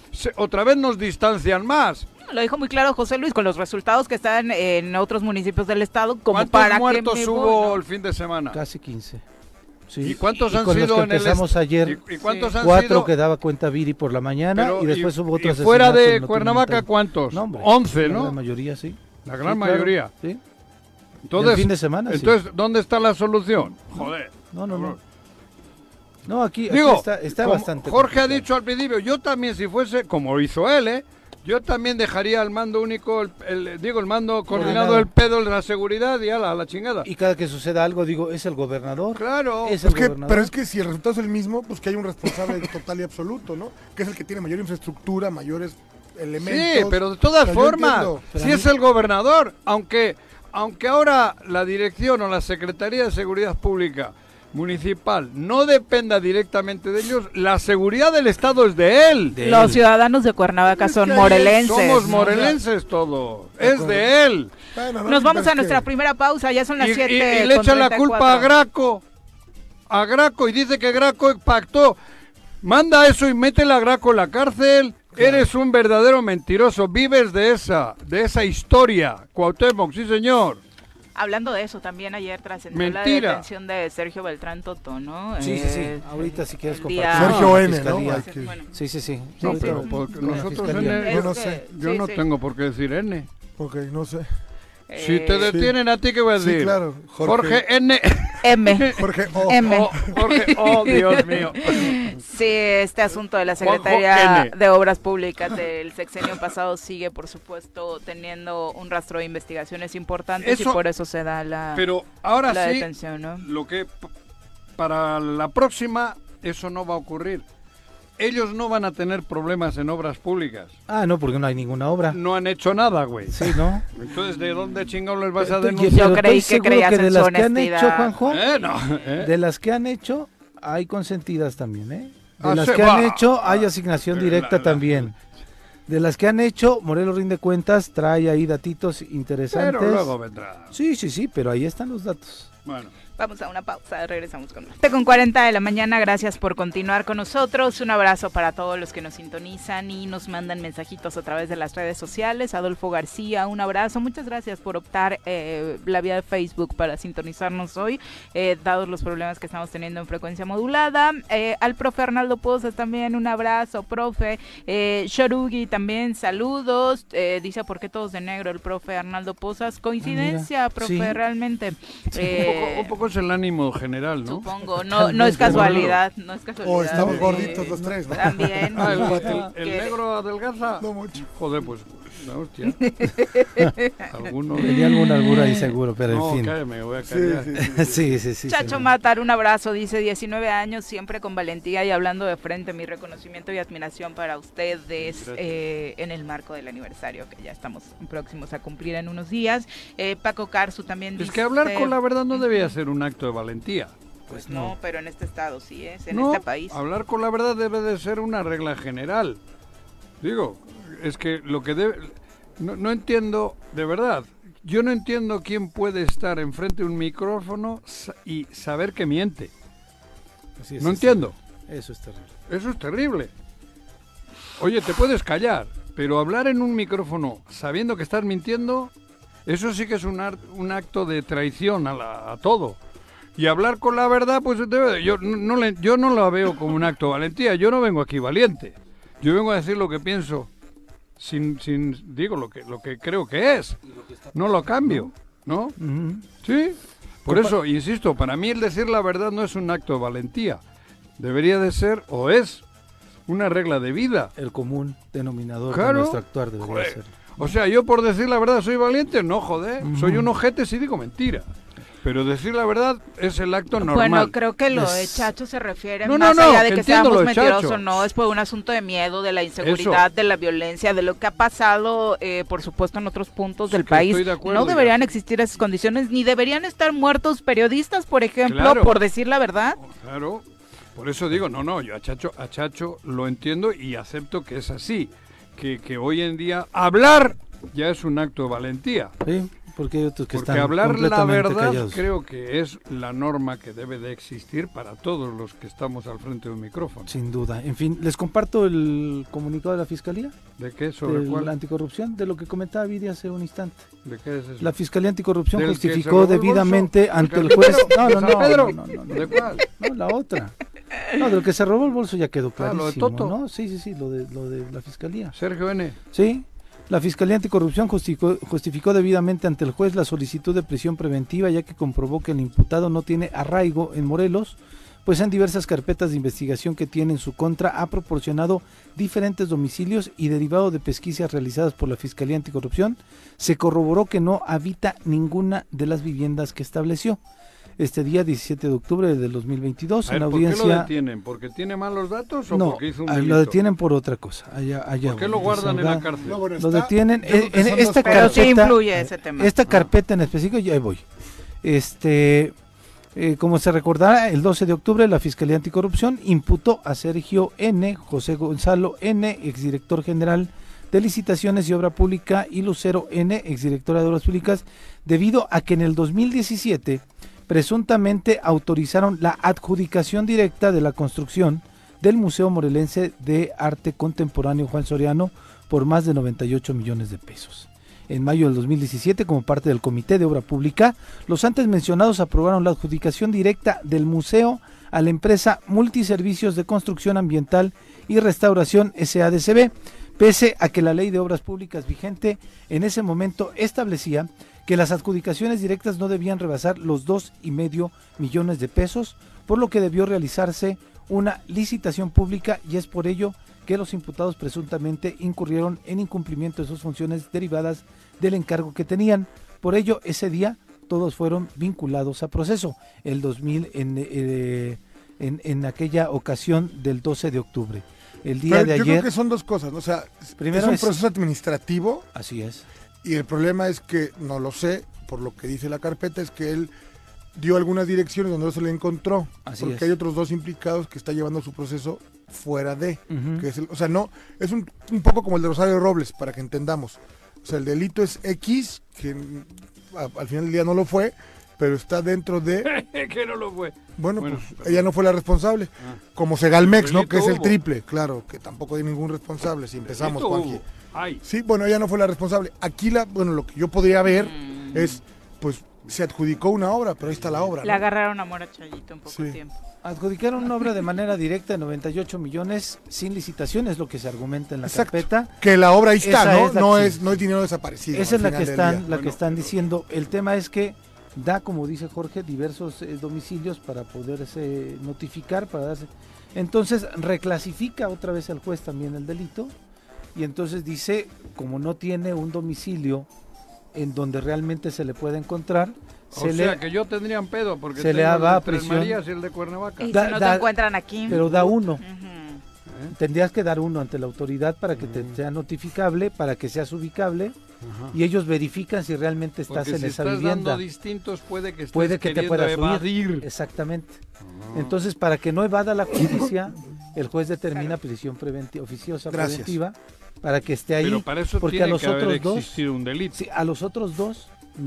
otra vez nos distancian más. Lo dijo muy claro José Luis, con los resultados que están en otros municipios del estado, como ¿Cuántos para muertos que me hubo voy, el fin de semana? Casi 15. Sí. ¿Y cuántos han con sido los que en el empezamos ayer? ¿Y cuántos han 4 sido? que daba cuenta Viri por la mañana, Pero, y después hubo otros. ¿Y fuera de asesinatos Cuernavaca no cuántos? No, hombre, 11, ¿no? La mayoría, sí. La gran Sí, claro, mayoría. sí. Entonces, El fin de semana, entonces sí. ¿dónde está la solución? Joder. No. No, aquí Digo, está como bastante Jorge complicado. ha dicho al principio, yo también si fuese, como hizo él, yo también dejaría el mando único, el mando coordinado del pedo de la seguridad y a la chingada. Y cada que suceda algo, digo, es el gobernador. Claro. Es el gobernador. Pero es que si el resultado es el mismo, pues que hay un responsable total y absoluto, ¿no? Que es el que tiene mayor infraestructura, mayores elementos. Sí, pero de todas yo formas, entiendo. si es el gobernador, aunque ahora la dirección o la Secretaría de Seguridad Pública Municipal no dependa directamente de ellos, la seguridad del Estado es de él. Los ciudadanos de Cuernavaca son morelenses. Somos morelenses todos, es de él. Bueno, Nos vamos a nuestra primera pausa, ya son las 7. Y le echa la culpa a Graco y dice que Graco pactó. Manda eso y métele a Graco en la cárcel. Eres un verdadero mentiroso, vives de esa historia. Cuauhtémoc, sí señor. Hablando de eso, también ayer trascendió la Mentira. detención de Sergio Beltrán Toto, ¿no? Sí. Ahorita si quieres compartir. Sergio N, ¿no? Fiscalía. Bueno. Sí. No, Ahorita pero con porque la nosotros Fiscalía. Yo no sé. Yo Sí, no sí. tengo por qué decir N. Ok, no sé. Si te detienen a ti, ¿qué voy a Sí, decir? claro. Jorge N. M. Jorge O. M. Jorge, oh Dios mío. Sí, este asunto de la Juanjo Secretaría N. de Obras Públicas del sexenio pasado sigue, por supuesto, teniendo un rastro de investigaciones importantes Eso- y por eso se da la Ahora sí, detención, ¿no? lo que para la próxima eso no va a ocurrir. Ellos no van a tener problemas en obras públicas. Ah, no, porque no hay ninguna obra. No han hecho nada, güey. Sí, ¿no? Entonces, ¿de dónde chingados les vas a Pero denunciar? Yo creí estoy que seguro creías de en las su que han honestidad. hecho, Juanjo, No. de las que han hecho, hay consentidas también, ¿eh? De Ah, las sí, que han va. hecho, hay asignación directa también. De las que han hecho, Morelos rinde cuentas, trae ahí datitos interesantes. Pero luego vendrá. Sí, pero ahí están los datos. Bueno. Vamos a una pausa, regresamos con más. 7:40 de la mañana, gracias por continuar con nosotros. Un abrazo para todos los que nos sintonizan y nos mandan mensajitos a través de las redes sociales. Adolfo García, un abrazo. Muchas gracias por optar la vía de Facebook para sintonizarnos hoy, dados los problemas que estamos teniendo en frecuencia modulada. Al profe Arnaldo Pozas también, un abrazo, profe. Shorugi también, saludos. Dice, ¿por qué todos de negro el profe Arnaldo Pozas? Coincidencia, mira, profe, sí. realmente. Un poco es el ánimo general, ¿no? Supongo, no es casualidad, no es casualidad. O estamos gorditos los tres, ¿no? También. El negro adelgaza. No mucho. Joder, pues, la hostia. Alguno. Tenía algún albur ahí seguro, pero No, en fin. cállame, voy a callar. Sí. Chacho seguro. Matar, un abrazo, dice 19 años, siempre con valentía y hablando de frente, mi reconocimiento y admiración para ustedes en el marco del aniversario que ya estamos próximos a cumplir en unos días. Paco Carzu también dice... Es que hablar con la verdad no debía ser un acto de valentía. Pues no, pero en este estado sí es, en No, este país. hablar con la verdad debe de ser una regla general. Digo, es que lo que debe... No entiendo, de verdad, yo no entiendo quién puede estar enfrente de un micrófono y saber que miente. Así es, No entiendo. Eso es terrible. Eso es terrible. Oye, te puedes callar, pero hablar en un micrófono sabiendo que estás mintiendo, eso sí que es un acto de traición a todo. Y hablar con la verdad, pues yo no la veo como un acto de valentía. Yo no vengo aquí valiente. Yo vengo a decir lo que pienso, digo lo que creo que es. No lo cambio, ¿no? Sí. Por eso, insisto, para mí el decir la verdad no es un acto de valentía. Debería de ser, o es, una regla de vida. El común denominador Claro. de nuestro actuar debería Joder. ser. O sea, yo por decir la verdad soy valiente, no, joder. Soy un ojete si digo mentira. Pero decir la verdad es el acto normal. Bueno, creo que lo de Chacho se refiere No, más no, allá de que entiendo seamos lo de mentirosos Chacho. o no, es por un asunto de miedo, de la inseguridad, de la violencia, de lo que ha pasado, por supuesto, en otros puntos del que país. estoy de acuerdo, No deberían existir esas condiciones, ni deberían estar muertos periodistas, por ejemplo, Claro. por decir la verdad. Claro, por eso digo, yo a Chacho lo entiendo y acepto que es así, que hoy en día hablar ya es un acto de valentía. Sí. Porque hay otros que Porque están hablar la completamente verdad callados. creo que es la norma que debe de existir para todos los que estamos al frente de un micrófono. Sin duda. En fin, les comparto el comunicado de la Fiscalía. ¿De qué? ¿Sobre de cuál? la anticorrupción, de lo que comentaba Viri hace un instante. ¿De qué es eso? La Fiscalía Anticorrupción ¿Del que se justificó robó el debidamente bolso? ante ¿El el juez. carpintero? ¿De San Pedro? No, ¿De cuál? no, la otra. No, de lo que se robó el bolso ya quedó clarísimo. lo de Toto. ¿No? Sí, lo de la Fiscalía. Sergio N. Sí, la Fiscalía Anticorrupción justificó debidamente ante el juez la solicitud de prisión preventiva, ya que comprobó que el imputado no tiene arraigo en Morelos, pues en diversas carpetas de investigación que tiene en su contra ha proporcionado diferentes domicilios y derivado de pesquisas realizadas por la Fiscalía Anticorrupción, se corroboró que no habita ninguna de las viviendas que estableció. Este día 17 de octubre del 2022 A ver, en ¿por qué audiencia... lo detienen? ¿Porque tiene malos datos o No, porque hizo un delito? lo detienen por otra cosa. ¿Por qué lo guardan en la cárcel? No, bueno, Lo está- detienen yo creo que en son esta dos Pero casos. sí carpeta. influye ese tema. Esta carpeta en específico, ya voy. Como se recordará, el 12 de octubre la Fiscalía Anticorrupción imputó a Sergio N., José Gonzalo N., exdirector general de Licitaciones y Obra Pública, y Lucero N., exdirectora de Obras Públicas, debido a que en el 2017 presuntamente autorizaron la adjudicación directa de la construcción del Museo Morelense de Arte Contemporáneo Juan Soriano por más de 98 millones de pesos. En mayo del 2017, como parte del Comité de Obra Pública, los antes mencionados aprobaron la adjudicación directa del museo a la empresa Multiservicios de Construcción Ambiental y Restauración SADCB, pese a que la Ley de Obras Públicas vigente en ese momento establecía que las adjudicaciones directas no debían rebasar los 2,5 millones de pesos, por lo que debió realizarse una licitación pública, y es por ello que los imputados presuntamente incurrieron en incumplimiento de sus funciones derivadas del encargo que tenían. Por ello, ese día todos fueron vinculados a proceso, el 2000 en aquella ocasión del 12 de octubre. El día Pero de yo ayer... creo que son dos cosas, ¿no? O sea, Primero es un es- proceso administrativo Así es. y el problema es que, no lo sé, por lo que dice la carpeta, es que él dio algunas direcciones donde no se le encontró. Así porque es. hay otros dos implicados que está llevando su proceso fuera de. Ujú. Que es o sea, no, es un poco como el de Rosario Robles, para que entendamos. O sea, el delito es X, que al final del día no lo fue, pero está dentro de... que no lo fue. Bueno, Bueno, pues pero- ella no fue la responsable. Ah. Como Segalmex, ¿no? Delito Que es el hubo. triple, claro, que tampoco hay ningún responsable, si empezamos, Delito Juanji. hubo. Ay, Sí, bueno, ella no fue la responsable. Aquí, bueno, lo que yo podría ver es, pues, se adjudicó una obra, pero ahí está la obra, Le ¿no? agarraron amor a Chayito en poco Sí. tiempo. Adjudicaron una obra de manera directa de 98 millones sin licitación, es lo que se argumenta en la Exacto. carpeta. Que la obra ahí está, Esa ¿no? es la No que- es dinero desaparecido. Esa es al la que final del están, día. la que están diciendo. El tema es que da, como dice Jorge, diversos domicilios para poderse notificar, para darse. Entonces reclasifica otra vez el juez también el delito, y entonces dice, como no tiene un domicilio en donde realmente se le puede encontrar, o sea que yo tendría un pedo porque se le tengo el va de a Tres prisión. Marías y el de Cuernavaca. Y Da- si no da- te encuentran aquí. pero da uno. Ujú. Tendrías que dar uno ante la autoridad para que te sea notificable, para que seas ubicable, Ajá. y ellos verifican si realmente estás Porque en si esa estás vivienda. dando distintos puede que estés Puede que te queriendo puedas evadir. huir. Exactamente. Entonces, para que no evada la justicia, el juez determina prisión oficiosa Gracias. preventiva para que esté ahí. Pero para eso porque tiene a los que haber otros dos, existido un delito. sí, a los otros dos,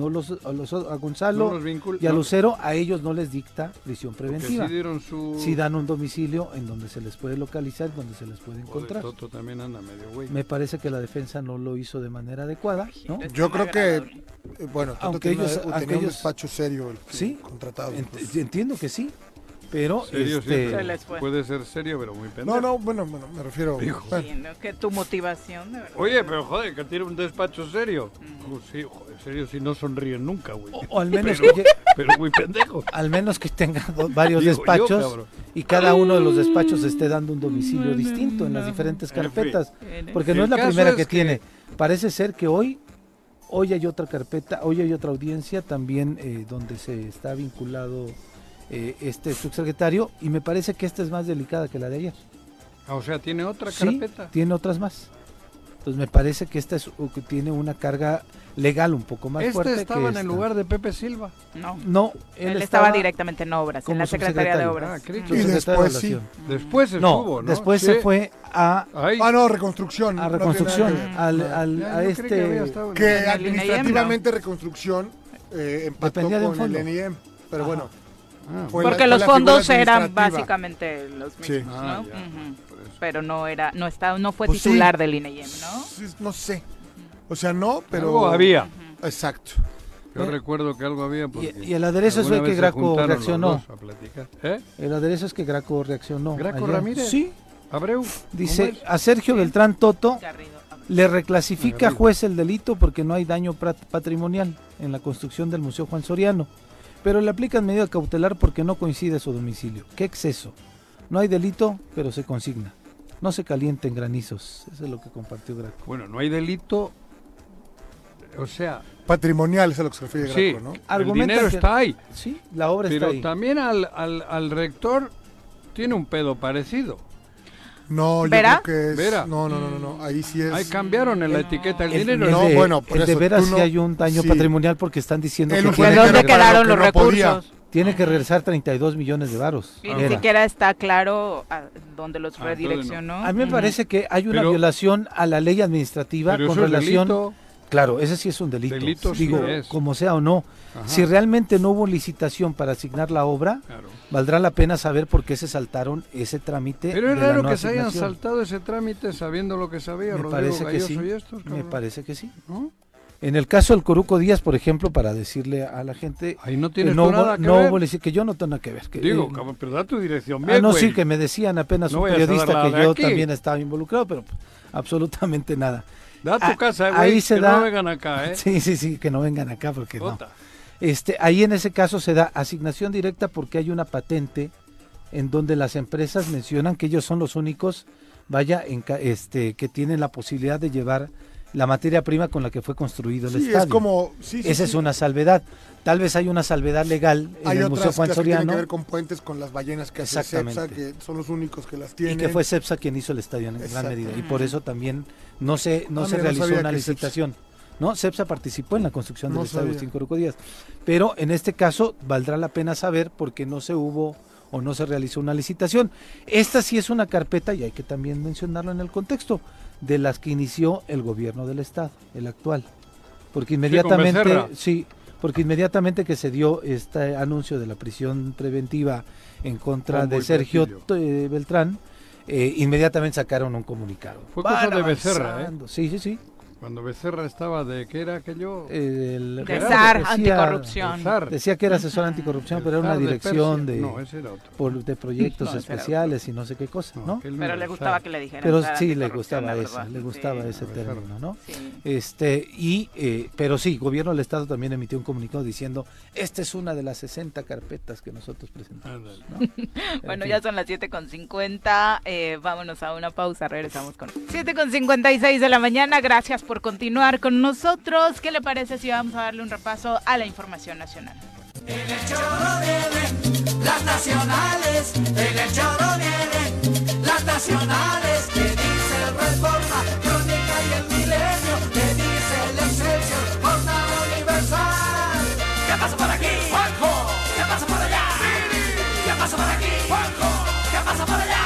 a Gonzalo No los vincula- y a no, Lucero, a ellos no les dicta prisión porque preventiva. sí dieron su... Sí dan un domicilio en donde se les puede localizar, donde se les puede Joder, encontrar. Toto también anda medio güey. Me parece que la defensa no lo hizo de manera adecuada, ¿no? Yo creo que, bueno, Toto Aunque tenía, ellos- tenía aunque un ellos- despacho serio el Sí, contratado. Entiendo que sí, pero Serio, sí, Se pero les fue. puede ser serio, pero muy pendejo. No, bueno, me refiero... Dijo. bueno, Sí, ¿no? Que tu motivación, de verdad. Oye, pero joder, que tiene un despacho serio. Sí, joder, serio si no sonríen nunca, güey. o al menos pero, que pero muy pendejo. al menos que tenga varios Digo yo, despachos cabrón. y cada uno de los despachos esté dando un domicilio distinto en las diferentes En fin. carpetas, porque no El es la caso primera es que que- tiene. Parece ser que hoy hay otra carpeta, hoy hay otra audiencia también donde se está vinculado este subsecretario, y me parece que esta es más delicada que la de ayer. O sea, tiene otra Sí, carpeta. tiene otras más. Entonces me parece que esta que tiene una carga legal un poco más fuerte. Estaba en el lugar de Pepe Silva. No, él estaba directamente en obras, en la Secretaría de Obras. Y después sí. Después estuvo, ¿no? Después se fue a... reconstrucción. A reconstrucción, que administrativamente reconstrucción empató con el NIEM, pero bueno. Porque los fondos eran básicamente los mismos, ¿no? Pero no fue Pues titular del INEIEM, ¿no? No sé. O sea, no, pero... Algo había. Exacto. Yo recuerdo que algo había. Y el aderezo es que Graco reaccionó. ¿Eh? El aderezo es que Graco reaccionó. ¿Graco Ramírez? Sí. Abreu. Dice, a Sergio Beltrán Toto le reclasifica juez el delito porque no hay daño patrimonial en la construcción del Museo Juan Soriano, pero le aplican medida cautelar porque no coincide su domicilio. ¡Qué exceso! No hay delito, pero se consigna. No se calienten granizos. Eso es lo que compartió Graco. Bueno, no hay delito, o sea... patrimonial es a lo que se refiere Graco, ¿no? El dinero está ahí. Sí, la obra está ahí. Pero también al rector tiene un pedo parecido. No, yo ¿Vera? creo que es... Vera. No, ahí sí es... Ahí cambiaron en la etiqueta el dinero. De veras sí hay un daño patrimonial porque están diciendo que... ¿De dónde quedaron los recursos? Tiene que regresar 32 millones de varos. Y ni siquiera está claro a dónde los redireccionó. A mí me parece que hay una violación a la ley administrativa con relación... Delito. Claro, ese sí es un delito. Digo, sí es. como sea o no. Ajá. Si realmente no hubo licitación para asignar la obra, valdrá la pena saber por qué se saltaron ese trámite. Pero es raro que se hayan saltado ese trámite sabiendo lo que sabía Rodrigo Galloso y estos. Me parece que sí. ¿No? En el caso del Coruco Díaz, por ejemplo, para decirle a la gente... Ahí no tienes nada que ver. Hubo decir que yo no tengo nada que ver. Digo, pero da tu dirección bien, sí, que me decían apenas un periodista que yo también estaba involucrado, pero absolutamente nada. Da tu casa, güey, que no vengan acá, ¿eh? Sí, que no vengan acá porque no. Ahí en ese caso se da asignación directa porque hay una patente en donde las empresas mencionan que ellos son los únicos, que tienen la posibilidad de llevar la materia prima con la que fue construido el estadio. Es como, esa es una salvedad. Tal vez hay una salvedad legal en el Museo Juan Soriano. Que tienen que ver con puentes con las ballenas que hace CEPSA, que son los únicos que las tienen. Y que fue CEPSA quien hizo el estadio en gran medida. Y por eso también no se realizó una licitación. ¿No? CEPSA participó en la construcción del estadio 5 Coruco Díaz. Pero en este caso valdrá la pena saber porque no se hubo o no se realizó una licitación. Esta sí es una carpeta, y hay que también mencionarlo en el contexto, de las que inició el gobierno del estado, el actual. Porque inmediatamente que se dio este anuncio de la prisión preventiva en contra de Sergio Beltrán, inmediatamente sacaron un comunicado. Fue cosa de Becerra, ¿eh? Sí. Cuando Becerra estaba ¿qué era aquello? De SAR, anticorrupción. Decía que era asesor anticorrupción, pero era una dirección de proyectos ese especiales y no sé qué cosa, ¿no? Pero le gustaba que le dijeran. Pero sí, le gustaba ese término, ¿no? Sí. Pero sí, gobierno del estado también emitió un comunicado diciendo, esta es una de las 60 carpetas que nosotros presentamos, ¿no? Bueno, ya son las 7:50, vámonos a una pausa, regresamos con 7:56 de la mañana, gracias por continuar con nosotros. ¿Qué le parece si vamos a darle un repaso a la información nacional? En el choro vienen las nacionales, en el choro vienen las nacionales, que dice Reforma, Crónica y El Milenio, que dice el Excelsior, Jornada Universal. ¿Qué pasa por aquí, Juanjo? ¿Qué pasa por allá? ¿Qué pasa por aquí, Juanjo? ¿Qué pasa por allá?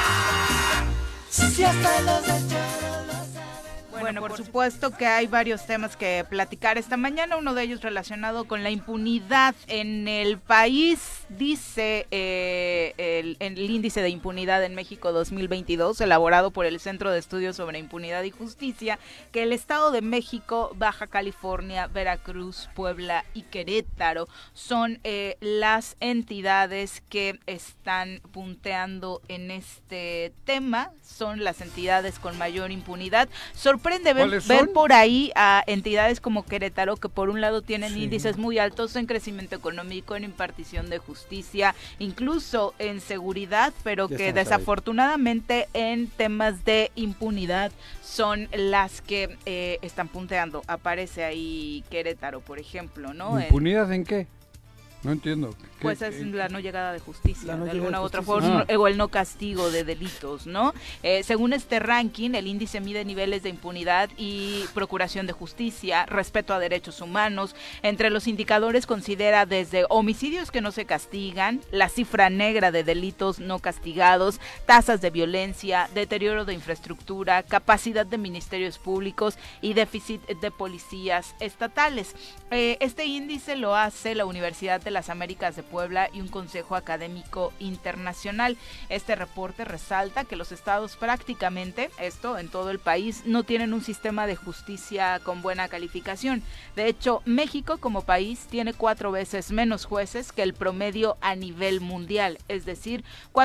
Si hasta los del choro lo saben. Bueno, por supuesto que hay varios temas que platicar esta mañana, uno de ellos relacionado con la impunidad en el país. Dice el índice de impunidad en México 2022, elaborado por el Centro de Estudios sobre Impunidad y Justicia, que el Estado de México, Baja California, Veracruz, Puebla y Querétaro son las entidades que están punteando en este tema, son las entidades con mayor impunidad. Sorprende ver por ahí a entidades como Querétaro, que por un lado tienen índices muy altos en crecimiento económico, en impartición de justicia, incluso en seguridad, pero que desafortunadamente en temas de impunidad son las que están punteando. Aparece ahí Querétaro, por ejemplo, ¿no? ¿Impunidad en qué? No entiendo. Pues es la no llegada de justicia, de alguna u otra justicia. forma, o el no castigo de delitos, ¿no? Según este ranking, el índice mide niveles de impunidad y procuración de justicia, respeto a derechos humanos. Entre los indicadores considera desde homicidios que no se castigan, la cifra negra de delitos no castigados, tasas de violencia, deterioro de infraestructura, capacidad de ministerios públicos y déficit de policías estatales. Este índice lo hace la Universidad de las Américas de Puebla y un consejo académico internacional. Este reporte resalta que los estados prácticamente, esto en todo el país, no tienen un sistema de justicia con buena calificación. De hecho, México como país tiene 4 veces menos jueces que el promedio a nivel mundial, es decir,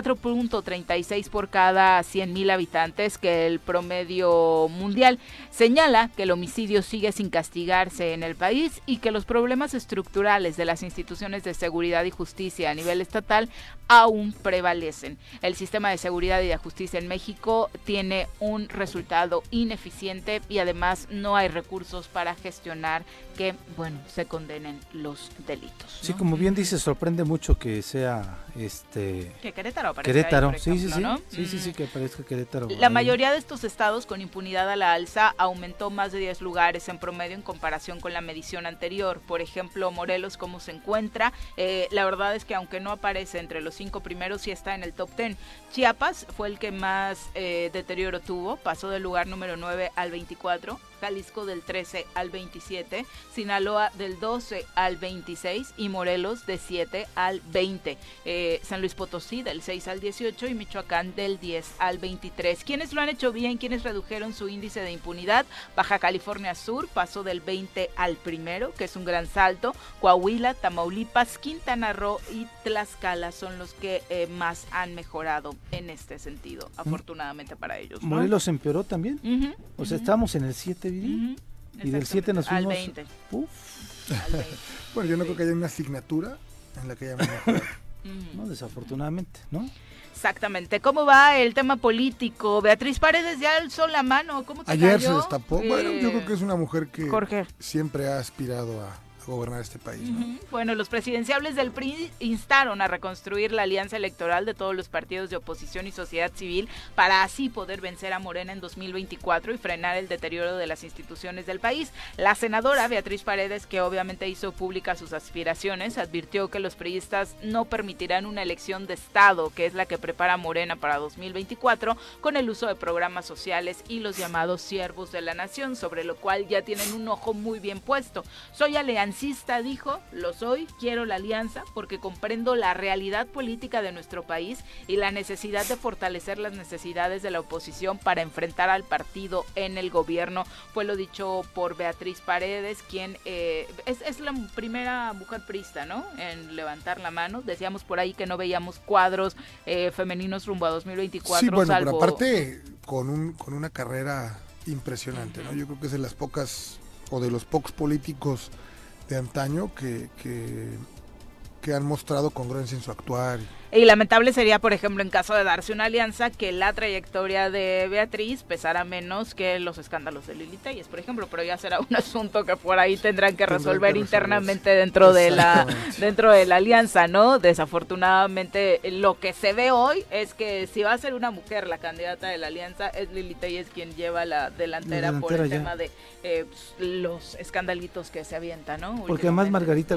4.36 por cada 100,000 habitantes que el promedio mundial. Señala que el homicidio sigue sin castigarse en el país y que los problemas estructurales de las instituciones de seguridad y justicia a nivel estatal aún prevalecen. El sistema de seguridad y de justicia en México tiene un resultado ineficiente y además no hay recursos para gestionar que, bueno, se condenen los delitos, ¿no? Sí, como bien dice, sorprende mucho que sea que Querétaro aparezca Querétaro, ahí, por ejemplo, sí, ¿no? Sí, que aparezca Querétaro. La ahí. mayoría de estos estados con impunidad a la alza aumentó más de 10 lugares en promedio en comparación con la medición anterior. Por ejemplo, Morelos, ¿cómo se encuentra? La verdad es que aunque no aparece entre los 5 primeros, sí está en el top 10. Chiapas fue el que más deterioro tuvo, pasó del lugar número 9 al 24. Jalisco del 13 al 27, Sinaloa del 12 al 26 y Morelos de 7 al 20. San Luis Potosí del 6 al 18 y Michoacán del 10 al 23. ¿Quiénes lo han hecho bien? ¿Quiénes redujeron su índice de impunidad? Baja California Sur pasó del 20 al 1, que es un gran salto. Coahuila, Tamaulipas, Quintana Roo y Tlaxcala son los que más han mejorado en este sentido, afortunadamente para ellos, ¿no? Morelos empeoró también. O sea, estamos en el 7, Viri, y del 7 nos fuimos al 20. Al 20. Bueno, yo no creo que haya una asignatura en la que haya mejorado. No, desafortunadamente, ¿no? Exactamente. ¿Cómo va el tema político? Beatriz Paredes ya alzó la mano. ¿Cómo te Ayer cayó? se destapó. Bueno, yo creo que es una mujer que Jorge siempre ha aspirado a gobernar este país, ¿no? Bueno, los presidenciables del PRI instaron a reconstruir la alianza electoral de todos los partidos de oposición y sociedad civil para así poder vencer a Morena en 2024 y frenar el deterioro de las instituciones del país. La senadora Beatriz Paredes, que obviamente hizo públicas sus aspiraciones, advirtió que los priistas no permitirán una elección de Estado, que es la que prepara Morena para 2024, con el uso de programas sociales y los llamados siervos de la nación, sobre lo cual ya tienen un ojo muy bien puesto. Soy aliancista, dijo, lo soy, quiero la alianza porque comprendo la realidad política de nuestro país y la necesidad de fortalecer las necesidades de la oposición para enfrentar al partido en el gobierno. Fue lo dicho por Beatriz Paredes, quien es la primera mujer priista, ¿no?, en levantar la mano. Decíamos por ahí que no veíamos cuadros femeninos rumbo a 2024. Sí, bueno, salvo... pero aparte con una carrera impresionante, ¿no? Yo creo que es de las pocas o de los pocos políticos de antaño que han mostrado congruencia en su actuar. Y lamentable sería, por ejemplo, en caso de darse una alianza, que la trayectoria de Beatriz pesara menos que los escándalos de Lili Telles, por ejemplo, pero ya será un asunto que por ahí tendrán que resolver internamente dentro de la alianza, ¿no? Desafortunadamente, lo que se ve hoy es que si va a ser una mujer la candidata de la alianza, es Lili Telles quien lleva la delantera por el tema de los escandalitos que se avientan, ¿no? Porque además Margarita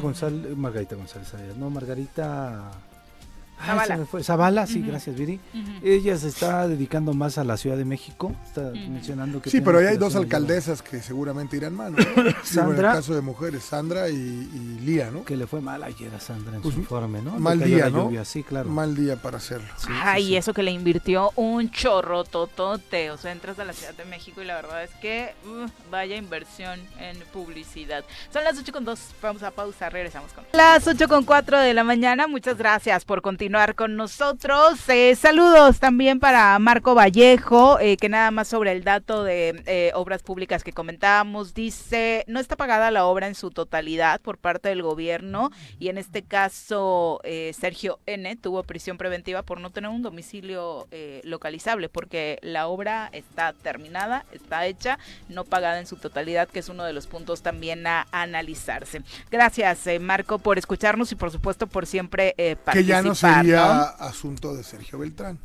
Zavala, sí, gracias, Viri. Ella se está dedicando más a la Ciudad de México, está mencionando que... Sí, pero ahí hay dos alcaldesas que seguramente irán mal, ¿no? Sandra, en el caso de mujeres, Sandra y Lía, ¿no? Que le fue mal ayer a Sandra en su informe, ¿no? Mal día, ¿no? Lluvia, sí, claro. Mal día para hacerlo. Sí, sí. Eso que le invirtió un chorro totote, o sea, entras a la Ciudad de México y la verdad es que vaya inversión en publicidad. Son las 8:02, vamos a pausa, regresamos con las 8:04 de la mañana. Muchas gracias por continuar continuar con nosotros. Saludos también para Marco Vallejo, que nada más sobre el dato de obras públicas que comentábamos, dice, no está pagada la obra en su totalidad por parte del gobierno y en este caso Sergio N. tuvo prisión preventiva por no tener un domicilio localizable, porque la obra está terminada, está hecha, no pagada en su totalidad, que es uno de los puntos también a analizarse. Gracias, Marco, por escucharnos y por supuesto por siempre participar. Que ya no sería asunto de Sergio Beltrán.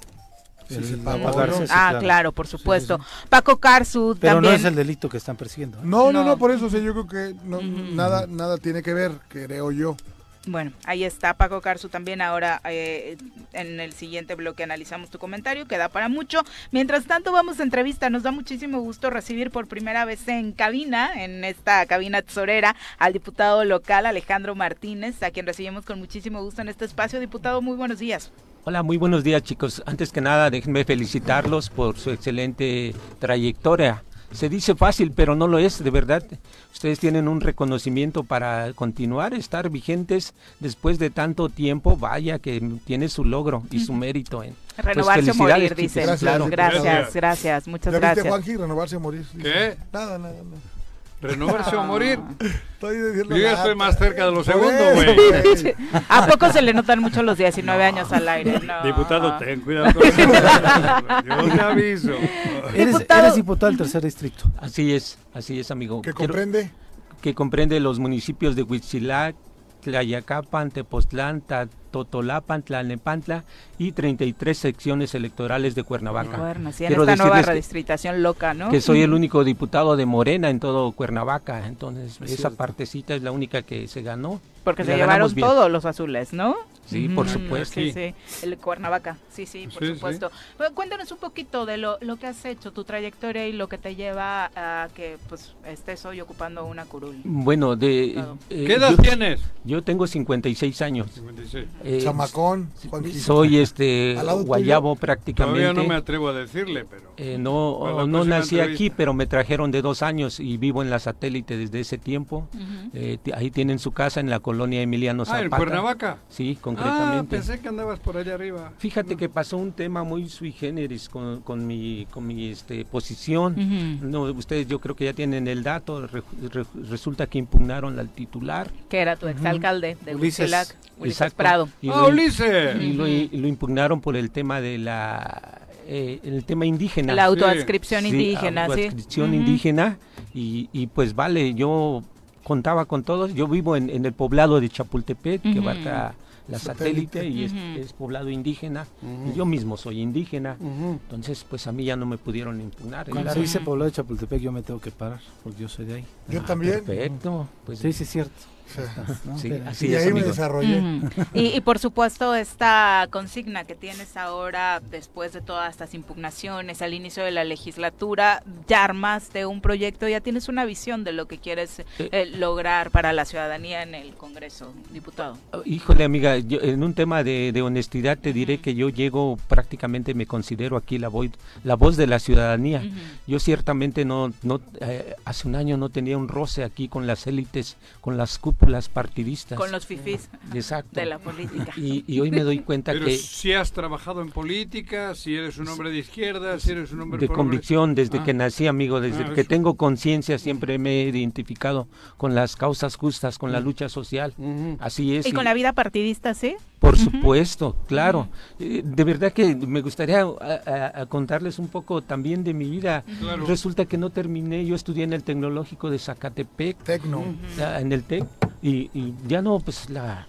Claro, por supuesto. Sí. Paco Carzu pero también. No es el delito que están persiguiendo. No, por eso, yo creo que nada tiene que ver, creo yo. Bueno, ahí está Paco Carzu también. Ahora en el siguiente bloque analizamos tu comentario, que da para mucho. Mientras tanto vamos a entrevista. Nos da muchísimo gusto recibir por primera vez en cabina, en esta cabina tesorera, al diputado local Alejandro Martínez, a quien recibimos con muchísimo gusto en este espacio. Diputado, muy buenos días. Hola, muy buenos días, chicos. Antes que nada, déjenme felicitarlos por su excelente trayectoria. Se dice fácil, pero no lo es, de verdad. Ustedes tienen un reconocimiento para continuar, estar vigentes después de tanto tiempo. Vaya que tiene su logro y su mérito. Renovarse o morir, dice. Gracias, muchas gracias. ¿Viste, Juanji, renovarse o morir? ¿Qué? Nada. ¿Renovarse o morir? Estoy diciendo yo ya estoy más cerca de los segundos, güey. ¿A poco se le notan mucho los 19 años al aire? No. Diputado, ten cuidado con eso. Yo te aviso. Eres diputado del tercer distrito. Así es, amigo. ¿Qué comprende? Que comprende los municipios de Huitzilac, Tlayacapan, Tepoztlán, Totolapan, Tlalnepantla y 33 secciones electorales de Cuernavaca. Sí, en esta nueva redistritación loca, ¿no? Que soy el único diputado de Morena en todo Cuernavaca, entonces esa partecita es la única que se ganó. Porque se llevaron todos los azules, ¿no? Sí, por supuesto. Sí, el Cuernavaca, sí, por supuesto. Sí. Bueno, cuéntanos un poquito de lo que has hecho, tu trayectoria y lo que te lleva a que pues estés hoy ocupando una curul. Bueno, ¿qué edad tienes? Yo tengo 56 años. 56. Chamacón. Soy guayabo prácticamente. Todavía no me atrevo a decirle, pero... no nací aquí, pero me trajeron de 2 años y vivo en la Satélite desde ese tiempo. Ahí tienen su casa en la colonia Emiliano Zapata. ¿En Cuernavaca? Sí, concretamente. Pensé que andabas por allá arriba. Fíjate que pasó un tema muy sui generis con mi posición. No, ustedes yo creo que ya tienen el dato. Resulta que impugnaron al titular. Que era tu exalcalde de Ulises Prado. Ulises. Y lo impugnaron por el tema de el tema indígena. La autoadscripción indígena, autoadscripción indígena. Y pues vale, yo contaba con todos. Yo vivo en el poblado de Chapultepec, que abarca la Satélite y es poblado indígena. Yo mismo soy indígena. Entonces, pues a mí ya no me pudieron impugnar. Cuando se dice poblado de Chapultepec, yo me tengo que parar, porque yo soy de ahí. Yo también. Perfecto. Pues, sí, es cierto. Sí, así y es, ahí amigo. me desarrollé. Y por supuesto esta consigna que tienes ahora, después de todas estas impugnaciones al inicio de la legislatura, ya armaste un proyecto, ya tienes una visión de lo que quieres lograr para la ciudadanía en el Congreso, diputado. Híjole, amiga, yo, en un tema de honestidad te diré que yo llego, prácticamente me considero aquí la voz de la ciudadanía. Yo ciertamente hace un año no tenía un roce aquí con las élites, con las cúpulas partidistas. Con los fifís de la política. Y hoy me doy cuenta pero que... si has trabajado en política, si eres un hombre de izquierda, si eres un hombre... De convicción, desde que nací, amigo, desde que tengo conciencia, siempre me he identificado con las causas justas, con la lucha social. Así es. ¿Y con la vida partidista, sí? Por supuesto, claro. De verdad que me gustaría a contarles un poco también de mi vida. Claro. Resulta que no terminé, yo estudié en el Tecnológico de Zacatepec. En el TEC. Y ya no, pues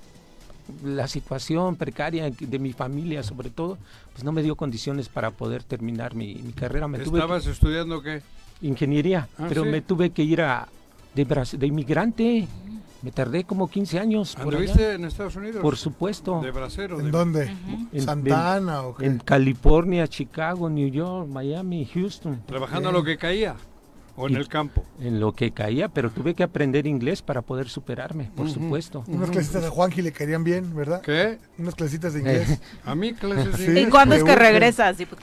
la situación precaria de mi familia, sobre todo, pues no me dio condiciones para poder terminar mi carrera. ¿Estabas estudiando qué? Ingeniería, pero ¿sí? Me tuve que ir de inmigrante. Me tardé como 15 años. ¿Anduviste en Estados Unidos? Por supuesto. ¿De bracero? ¿En dónde? ¿Santa Ana o qué? En California, Chicago, New York, Miami, Houston. ¿Trabajando lo que caía? ¿O en el campo? En lo que caía, pero tuve que aprender inglés para poder superarme, por supuesto. Unas clasitas a Juanji le caerían bien, ¿verdad? ¿Qué? Unas clasitas de inglés. A mí clases de inglés. ¿Y cuándo es que regresas, diputado?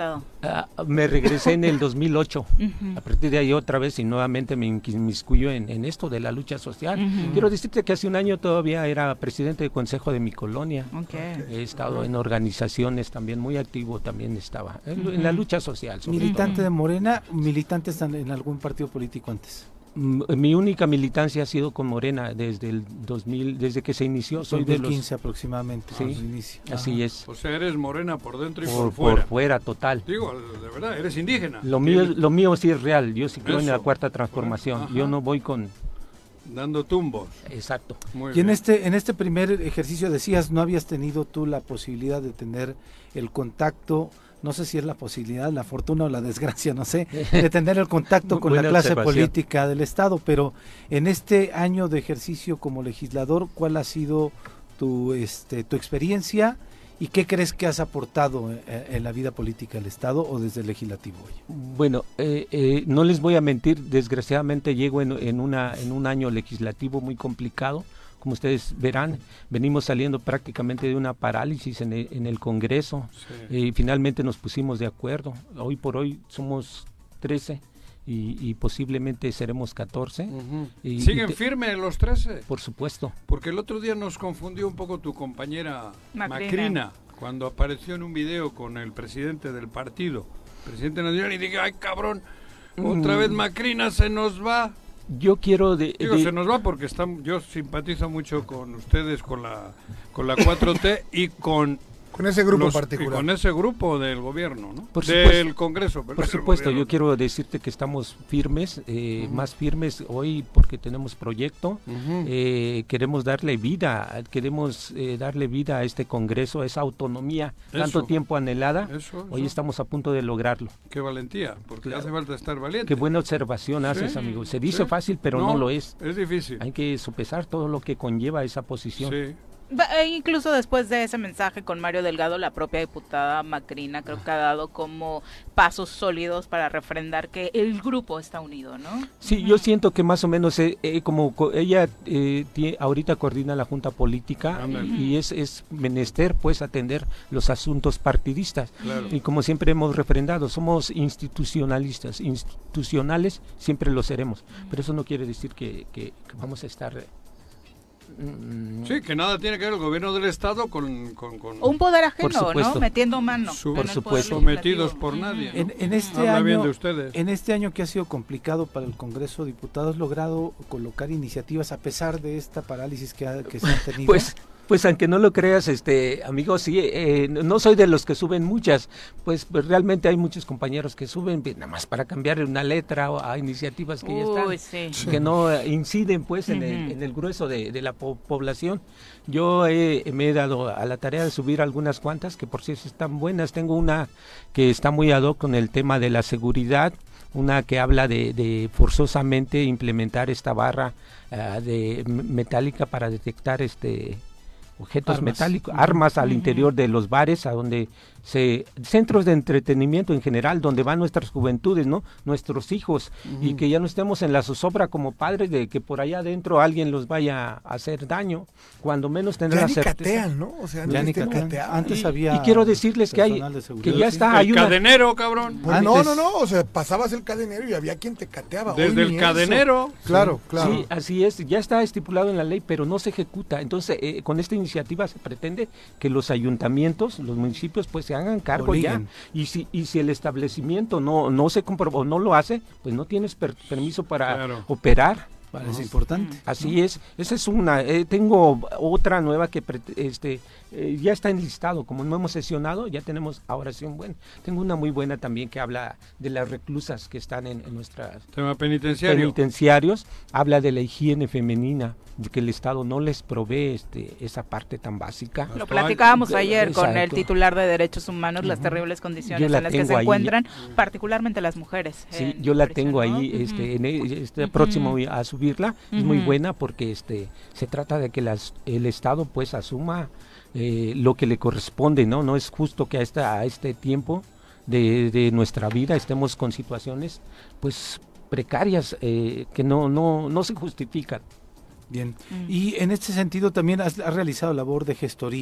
Me regresé en el 2008. A partir de ahí otra vez y nuevamente me inmiscuyo en esto de la lucha social. Quiero decirte que hace un año todavía era presidente del consejo de mi colonia. He estado en organizaciones también, muy activo también estaba. En la lucha social. ¿Militante de Morena? ¿Militantes en algún partido político antes? Mi única militancia ha sido con Morena desde el 2000, desde que se inició. Soy 2015 de los aproximadamente. Sí, inicio. Así es. O sea, eres morena por dentro y por fuera. Por fuera, total. Digo, de verdad, eres indígena. Lo mío sí es real. Yo sí creo en la cuarta transformación. Yo no voy con dando tumbos. Exacto. Muy bien. En este primer ejercicio decías, no habías tenido tú la posibilidad de tener el contacto, no sé si es la posibilidad, la fortuna o la desgracia, no sé, de tener el contacto con la clase política del Estado, pero en este año de ejercicio como legislador, ¿cuál ha sido tu experiencia y qué crees que has aportado en la vida política del Estado o desde el legislativo hoy? Bueno, no les voy a mentir, desgraciadamente llego en un año legislativo muy complicado. Como ustedes verán, venimos saliendo prácticamente de una parálisis en el Congreso. Sí. Finalmente nos pusimos de acuerdo. Hoy por hoy somos 13 y posiblemente seremos 14. ¿Siguen firmes los 13? Por supuesto. Porque el otro día nos confundió un poco tu compañera Macrina cuando apareció en un video con el presidente del partido, presidente nacional, y dije, ¡ay, cabrón! Otra vez Macrina se nos va. Yo quiero se nos va porque yo simpatizo mucho con ustedes, con la 4T y con ese grupo particular. Y con ese grupo del gobierno, ¿no? Del Congreso. Por supuesto, yo quiero decirte que estamos firmes, más firmes hoy porque tenemos proyecto. Queremos darle vida a este Congreso, a esa autonomía tanto tiempo anhelada. Hoy estamos a punto de lograrlo. Qué valentía, porque hace falta estar valiente. Qué buena observación haces, amigo. Se dice fácil, pero no lo es. Es difícil. Hay que sopesar todo lo que conlleva esa posición. Sí. Incluso después de ese mensaje con Mario Delgado, la propia diputada Macrina creo que ha dado como pasos sólidos para refrendar que el grupo está unido, ¿no? Sí, yo siento que más o menos como ella ahorita coordina la Junta Política y es menester pues atender los asuntos partidistas. Claro. Y como siempre hemos refrendado, somos institucionalistas, institucionales siempre lo seremos, pero eso no quiere decir que vamos a estar... Sí, que nada tiene que ver el gobierno del Estado con un poder ajeno, ¿no? Metiendo mano. Por supuesto. Sometidos por nadie. En este año que ha sido complicado para el Congreso de Diputados, ¿has logrado colocar iniciativas a pesar de esta parálisis que se han tenido? Pues aunque no lo creas, amigo, sí, no soy de los que suben muchas, pues realmente hay muchos compañeros que suben nada más para cambiar una letra o a iniciativas que ya están, que no inciden pues en el grueso de la población. Yo me he dado a la tarea de subir algunas cuantas, que por cierto están buenas. Tengo una que está muy ad hoc con el tema de la seguridad, una que habla de forzosamente implementar esta barra de metálica para detectar objetos metálicos, armas al interior de los bares, a donde centros de entretenimiento en general, donde van nuestras juventudes, ¿no? Nuestros hijos, y que ya no estemos en la zozobra como padres de que por allá adentro alguien los vaya a hacer daño, cuando menos tendrán la certeza. Catean, ¿no? O sea, antes había. Y quiero decirles que ya está. El cadenero, cabrón. Pues no, o sea, pasabas el cadenero y había quien te cateaba. Desde el cadenero. Claro. Sí, así es, ya está estipulado en la ley, pero no se ejecuta. Entonces, con esta iniciativa se pretende que los ayuntamientos, los municipios, pues se hagan cargo ya, y si el establecimiento no se comprobó, no lo hace, pues no tienes permiso para operar. Es importante. Así es, esa es una. Tengo otra nueva que ya está enlistado, como no hemos sesionado, ya tenemos ahora sí tengo una muy buena también que habla de las reclusas que están en nuestras tema penitenciarios, habla de la higiene femenina, de que el Estado no les provee esa parte tan básica. Lo platicábamos ayer con el titular de Derechos Humanos, las terribles condiciones en las que se encuentran, particularmente las mujeres. Sí, yo la tengo ahí, próximo a subirla, es muy buena porque se trata de que el Estado pues asuma lo que le corresponde, no es justo que a este tiempo de nuestra vida estemos con situaciones pues precarias que no se justifican. Bien, y en este sentido también has realizado labor de gestoría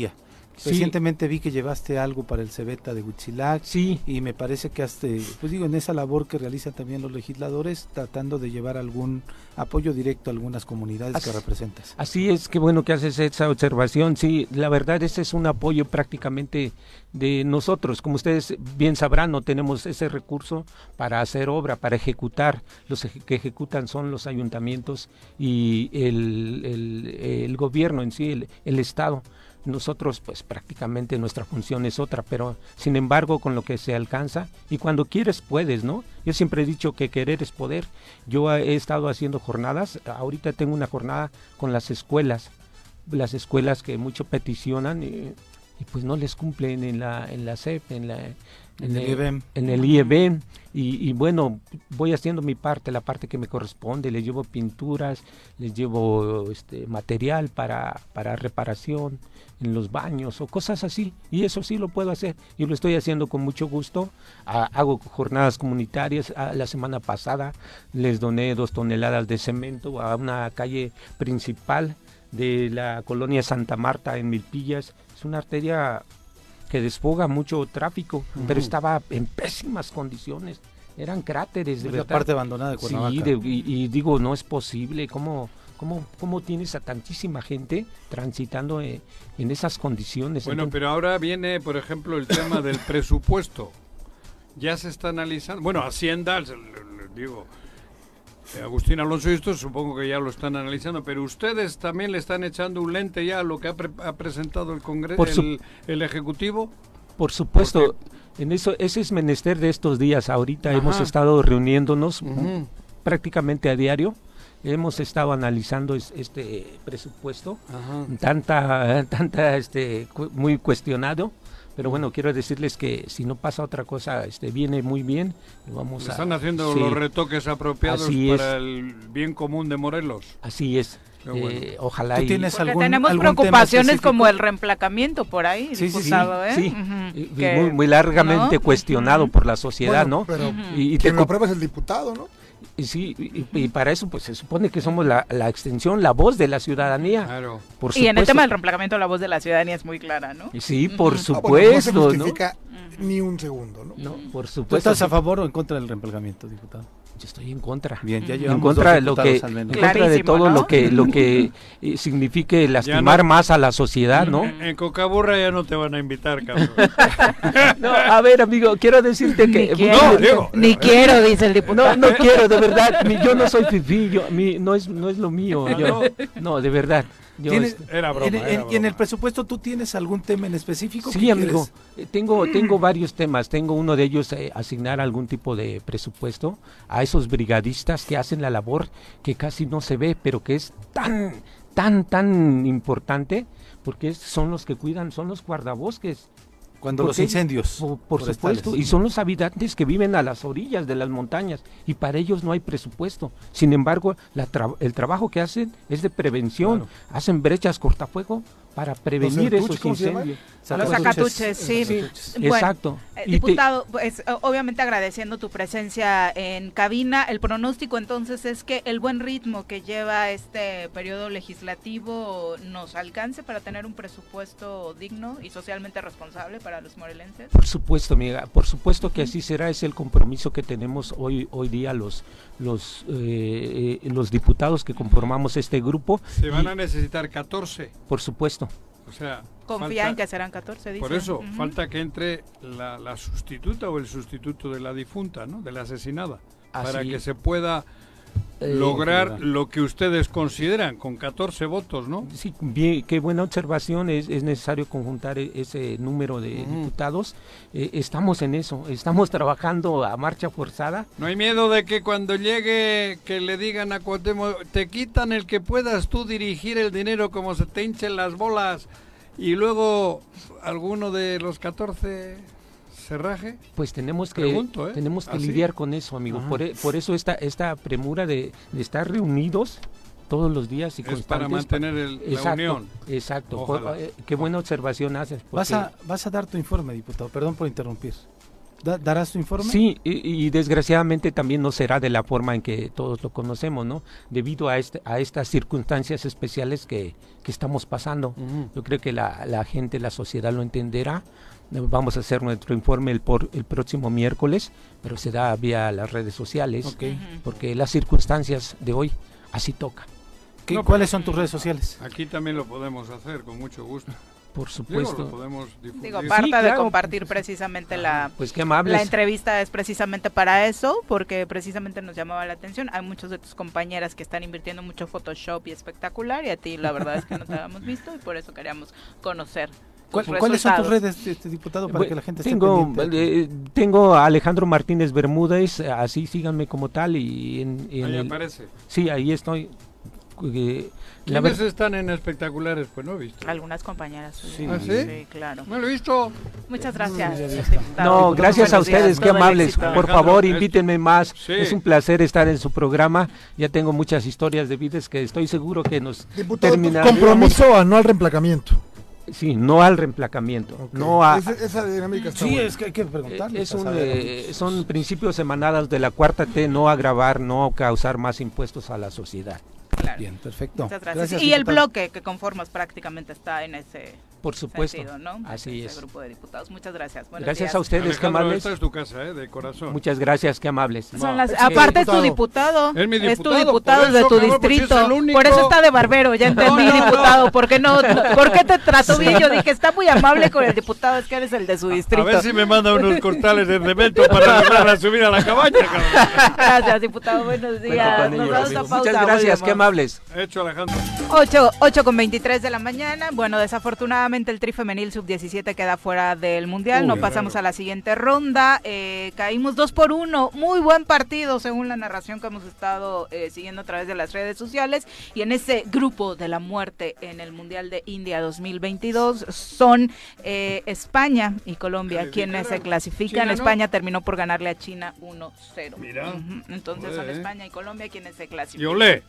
Recientemente vi que llevaste algo para el Cebeta de Huitzilac. Sí. Y me parece que pues digo, en esa labor que realizan también los legisladores, tratando de llevar algún apoyo directo a algunas comunidades que representas. Así es, qué bueno que haces esa observación. Sí, la verdad ese es un apoyo prácticamente de nosotros. Como ustedes bien sabrán, no tenemos ese recurso para hacer obra, para ejecutar. Los que ejecutan son los ayuntamientos y el gobierno en sí, el Estado. Nosotros pues prácticamente nuestra función es otra, pero sin embargo con lo que se alcanza y cuando quieres puedes, ¿no? Yo siempre he dicho que querer es poder. Yo he estado haciendo jornadas, ahorita tengo una jornada con las escuelas que mucho peticionan y pues no les cumplen en la SEP, en el IEB y bueno, voy haciendo mi parte, la parte que me corresponde, les llevo pinturas, les llevo material para reparación en los baños o cosas así, y eso sí lo puedo hacer y lo estoy haciendo con mucho gusto. Hago jornadas comunitarias. La semana pasada les doné 2 toneladas de cemento a una calle principal de la colonia Santa Marta en Milpillas. Es una arteria que desfoga mucho tráfico, pero estaba en pésimas condiciones, eran cráteres de es verdad. La parte abandonada de Cuernavaca. Sí, y digo, no es posible, ¿cómo tienes a tantísima gente transitando en esas condiciones? Bueno, pero ahora viene, por ejemplo, el tema del presupuesto. Ya se está analizando, bueno, Hacienda, digo, Agustín Alonso y esto supongo que ya lo están analizando, pero ustedes también le están echando un lente ya a lo que ha presentado el Congreso, el Ejecutivo. Por supuesto, en eso ese es menester de estos días. Ahorita hemos estado reuniéndonos prácticamente a diario. Hemos estado analizando este presupuesto, muy cuestionado. Pero bueno, quiero decirles que si no pasa otra cosa, viene muy bien. Están haciendo los retoques apropiados para el bien común de Morelos. Así es. Bueno. Ojalá. ¿Tú tienes tenemos preocupaciones como el reemplacamiento por ahí, diputado, sí. Muy largamente cuestionado por la sociedad, ¿no? Pero quien lo aprueba es el diputado, ¿no? Sí, y para eso pues se supone que somos la extensión, la voz de la ciudadanía. Claro. Por y en el tema del reemplazamiento la voz de la ciudadanía es muy clara, ¿no? Sí, por supuesto. No se justifica ni un segundo, ¿no? No, por supuesto. ¿Tú estás a favor o en contra del reemplazamiento, diputado? Yo estoy en contra. Bien, ya llevamos en contra de todo, ¿no? lo que signifique lastimar más a la sociedad, ¿no? En Cocaburra ya no te van a invitar, cabrón. No, a ver, amigo, quiero decirte que ni quiero, dice el diputado. No quiero, de verdad. Yo no soy fifí, no es lo mío. No, de verdad. Era broma, ¿Y en el presupuesto tú tienes algún tema en específico? Sí, amigo, tengo varios temas. Tengo uno de ellos, asignar algún tipo de presupuesto a esos brigadistas que hacen la labor que casi no se ve, pero que es tan importante, porque son los que cuidan, son los guardabosques. Cuando los incendios. Por supuesto, y son los habitantes que viven a las orillas de las montañas, y para ellos no hay presupuesto. Sin embargo, el trabajo que hacen es de prevención, hacen brechas cortafuego para prevenir esos incendios. Los acatuches, sí. Bueno, exacto. Diputado, pues obviamente agradeciendo tu presencia en cabina, el pronóstico entonces es que el buen ritmo que lleva este periodo legislativo nos alcance para tener un presupuesto digno y socialmente responsable para los morelenses. Por supuesto, amiga, por supuesto que así será, es el compromiso que tenemos hoy día los diputados que conformamos este grupo. Se van a necesitar 14. Por supuesto. O sea, confía en que serán 14, dice. Por eso, falta que entre la sustituta o el sustituto de la difunta, ¿no? De la asesinada. Para que se pueda lograr lo que ustedes consideran con 14 votos, ¿no? Sí, bien, qué buena observación. Es necesario conjuntar ese número de diputados. Estamos en eso, estamos trabajando a marcha forzada. No hay miedo de que cuando llegue que le digan a Cuauhtémoc, te quitan el que puedas tú dirigir el dinero como se te hinchen las bolas y luego alguno de los 14 cerraje. Pues tenemos que lidiar con eso, amigo. Por eso esta premura de estar reunidos todos los días y constantes. Para mantener la unión. Exacto. Qué buena observación haces. Vas a dar tu informe, diputado. Perdón por interrumpir. ¿Darás tu informe? Sí, y desgraciadamente también no será de la forma en que todos lo conocemos, ¿no? Debido a estas circunstancias especiales que estamos pasando. Yo creo que la gente, la sociedad lo entenderá. Vamos a hacer nuestro informe el próximo miércoles, pero será vía las redes sociales, porque las circunstancias de hoy así toca. ¿Cuáles son tus redes sociales? Aquí también lo podemos hacer, con mucho gusto. Por supuesto. Lo podemos difundir. Digo, parte de compartir precisamente pues qué amables. La entrevista es precisamente para eso, porque precisamente nos llamaba la atención. Hay muchos de tus compañeras que están invirtiendo mucho Photoshop y espectacular, y a ti la verdad es que no te habíamos visto, y por eso queríamos conocer. ¿Cuáles son tus redes, diputado, para que la gente esté pendiente? Tengo a Alejandro Martínez Bermúdez, así síganme como tal, y ahí aparece. Sí, ahí estoy. ¿Quiénes están en espectaculares? Pues no he visto. Algunas compañeras. Sí. ¿Ah, sí? Sí, claro. No lo he visto. Muchas gracias. No, gracias a ustedes, qué amables. Por favor, invítenme más. Sí. Es un placer estar en su programa. Ya tengo muchas historias de vidas que estoy seguro que nos terminarán. Compromiso a no al reemplacamiento. Sí, no al reemplacamiento. Okay. No a, esa dinámica está buena. Es que hay que preguntarle. Son principios emanados de la cuarta T, no agravar, no causar más impuestos a la sociedad. Claro. Bien, perfecto. Muchas gracias. Y el bloque que conformas prácticamente está en ese por supuesto sentido, ¿no? Así es. Grupo de diputados. Muchas gracias. Buenos gracias días. A ustedes, qué amables. Esta es tu casa, de corazón. Muchas gracias, qué amables. Aparte es tu diputado. Es mi diputado. Es tu diputado de tu distrito. Pues por eso está de barbero, ya entendí, diputado. ¿Por qué te trató bien? Yo dije, está muy amable con el diputado, es que eres el de su distrito. A ver si me manda unos cortales de cemento para ayudar a subir a la cabaña, cabrón. Gracias, diputado. Buenos días. Nos damos a pausa. Muchas gracias, volvemos. Qué amables. Hecho, Alejandro. 8:23 de la mañana. Bueno, desafortunadamente el Tri Femenil Sub-17 queda fuera del Mundial. No pasamos a la siguiente ronda. Caímos 2-1. Muy buen partido, según la narración que hemos estado siguiendo a través de las redes sociales. Y en ese grupo de la muerte en el Mundial de India 2022 son España y Colombia quienes se clasifican. China, España terminó por ganarle a China 1-0. Mira. Entonces son España y Colombia quienes se clasifican. Yolé.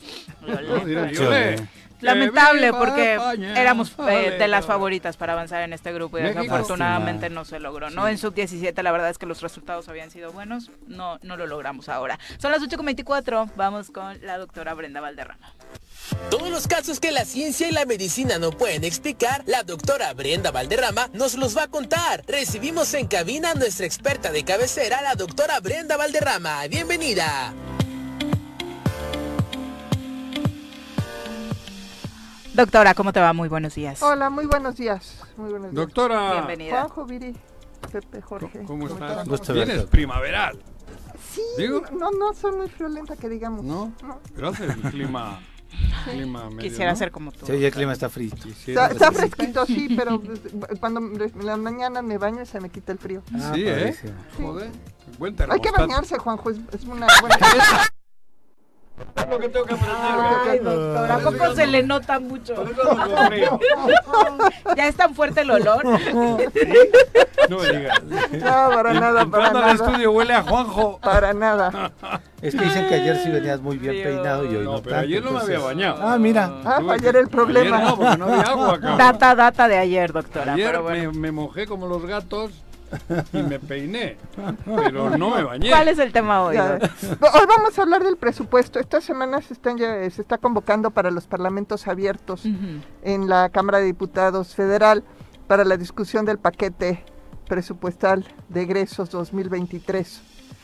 Lamentable porque éramos de las favoritas para avanzar en este grupo y desafortunadamente no se logró, ¿no? En Sub-17 la verdad es que los resultados habían sido buenos, no lo logramos ahora. Son las 8:24, vamos con la doctora Brenda Valderrama. Todos los casos que la ciencia y la medicina no pueden explicar, la doctora Brenda Valderrama nos los va a contar. Recibimos en cabina a nuestra experta de cabecera, la doctora Brenda Valderrama. Bienvenida. Doctora, ¿cómo te va? Muy buenos días. Hola, muy buenos días. Muy buenos días. Doctora. Bienvenida. Juanjo, Viri, Pepe, Jorge. ¿Cómo estás? ¿Vienes primaveral? Sí, ¿digo? No soy muy friolenta que digamos. ¿No? Pero hace el clima medio, quisiera ser como tú. Sí, el clima está frío. Está fresquito, sí, pero cuando en la mañana me baño y se me quita el frío. Sí, Sí. Joder. Buen Hay que bañarse, Juanjo, es una buena... Es lo que tengo que aprender. Ay, doctora, ¿a poco se le nota mucho? ¿Ya es tan fuerte el olor? No me digas. No, para nada, para nada. Al estudio huele a Juanjo. Para nada. Es que dicen que ayer sí venías muy bien peinado y hoy no pero ayer no me había bañado. Mira. Ayer el problema. Ayer no, porque no había agua acá. Data de ayer, doctora. Ayer pero bueno. me mojé como los gatos y me peiné, pero no me bañé. ¿Cuál es el tema hoy? Hoy vamos a hablar del presupuesto. Esta semana se está convocando para los parlamentos abiertos en la Cámara de Diputados Federal para la discusión del paquete presupuestal de egresos 2023.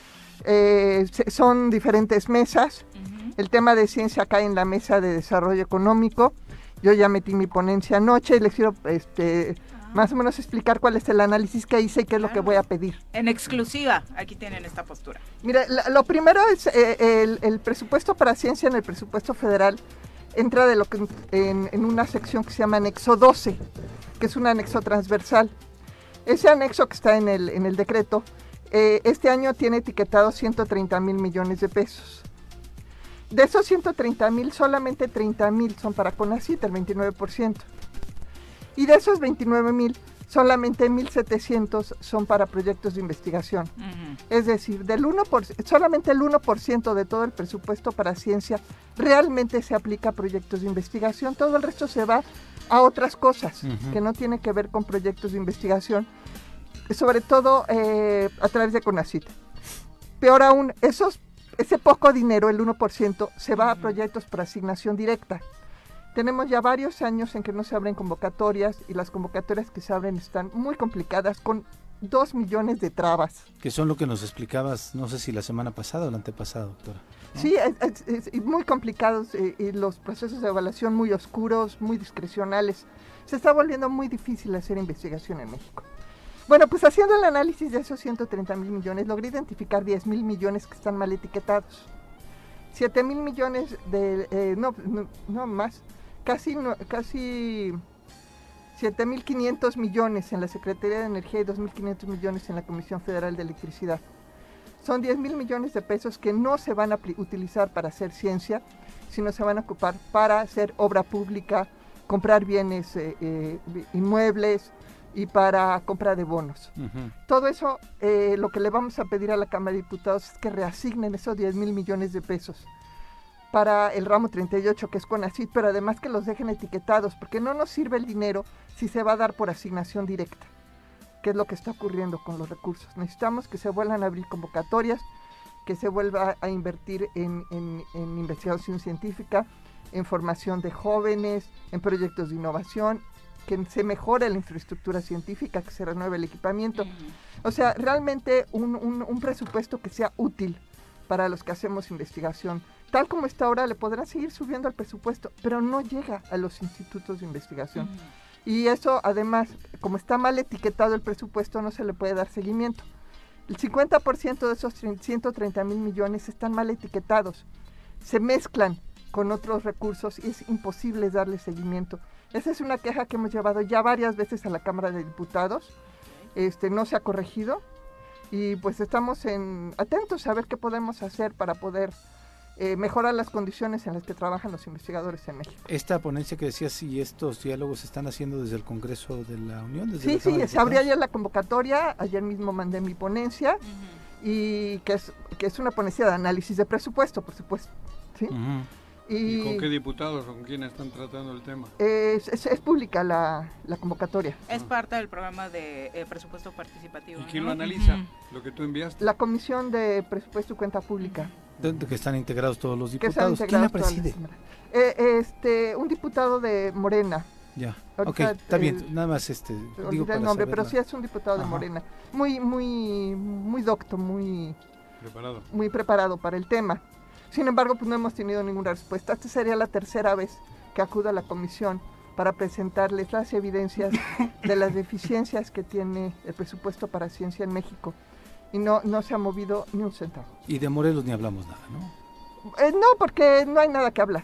Son diferentes mesas. El tema de ciencia cae en la mesa de desarrollo económico. Yo ya metí mi ponencia anoche y les quiero más o menos explicar cuál es el análisis que hice y qué es lo que voy a pedir. En exclusiva, aquí tienen esta postura. Mira, lo primero es el presupuesto para ciencia en el presupuesto federal entra de lo que en una sección que se llama anexo 12, que es un anexo transversal. Ese anexo que está en el decreto, este año tiene etiquetado 130,000 millones de pesos. De esos 130,000, solamente 30,000 son para CONACYT, el 29%. Y de esos 29,000, solamente 1,700 son para proyectos de investigación. Es decir, solamente el 1% de todo el presupuesto para ciencia realmente se aplica a proyectos de investigación. Todo el resto se va a otras cosas que no tienen que ver con proyectos de investigación. sobre todo a través de CONACYT. Peor aún, ese poco dinero, el 1%, se va a proyectos por asignación directa. Tenemos ya varios años en que no se abren convocatorias y las convocatorias que se abren están muy complicadas, con 2 millones de trabas. Que son lo que nos explicabas, no sé si la semana pasada o la antepasada, doctora, ¿no? Sí, es muy complicados y los procesos de evaluación muy oscuros, muy discrecionales. Se está volviendo muy difícil hacer investigación en México. Bueno, pues haciendo el análisis de esos 130,000 millones, logré identificar 10,000 millones que están mal etiquetados. 7,000 millones no más, casi 7,500 millones en la Secretaría de Energía y 2,500 millones en la Comisión Federal de Electricidad. Son 10,000 millones de pesos que no se van a utilizar para hacer ciencia, sino se van a ocupar para hacer obra pública, comprar bienes inmuebles y para compra de bonos. Todo eso, lo que le vamos a pedir a la Cámara de Diputados es que reasignen esos 10,000 millones de pesos para el ramo 38, que es CONACYT, pero además que los dejen etiquetados, porque no nos sirve el dinero si se va a dar por asignación directa, que es lo que está ocurriendo con los recursos. Necesitamos que se vuelvan a abrir convocatorias, que se vuelva a invertir en investigación científica, en formación de jóvenes, en proyectos de innovación, que se mejore la infraestructura científica, que se renueve el equipamiento. O sea, realmente un presupuesto que sea útil para los que hacemos investigación. Tal como está ahora, le podrán seguir subiendo el presupuesto, pero no llega a los institutos de investigación. Y eso, además, como está mal etiquetado el presupuesto, no se le puede dar seguimiento. El 50% de esos 130,000 millones están mal etiquetados. Se mezclan con otros recursos y es imposible darle seguimiento. Esa es una queja que hemos llevado ya varias veces a la Cámara de Diputados. No se ha corregido y pues estamos atentos a ver qué podemos hacer para poder mejorar las condiciones en las que trabajan los investigadores en México. Esta ponencia que decías, y estos diálogos se están haciendo desde el Congreso de la Unión. Sí, se abrió ayer la convocatoria, ayer mismo mandé mi ponencia, y que es una ponencia de análisis de presupuesto, por supuesto. ¿Sí? ¿Y con qué diputados o con quiénes están tratando el tema? Es pública la convocatoria. Es parte del programa de presupuesto participativo. ¿Y quién lo analiza? ¿Lo que tú enviaste? La Comisión de Presupuesto y Cuenta Pública. ¿Dónde que están integrados todos los diputados? ¿Quién la preside? Un diputado de Morena. Ya, ahorita, está bien, nada más digo el nombre, pero sí es un diputado de Morena. Muy docto, muy preparado para el tema. Sin embargo, pues no hemos tenido ninguna respuesta. Esta sería la tercera vez que acudo a la comisión para presentarles las evidencias de las deficiencias que tiene el presupuesto para ciencia en México. Y no se ha movido ni un centavo. Y de Morelos ni hablamos nada, ¿no? No, porque no hay nada que hablar.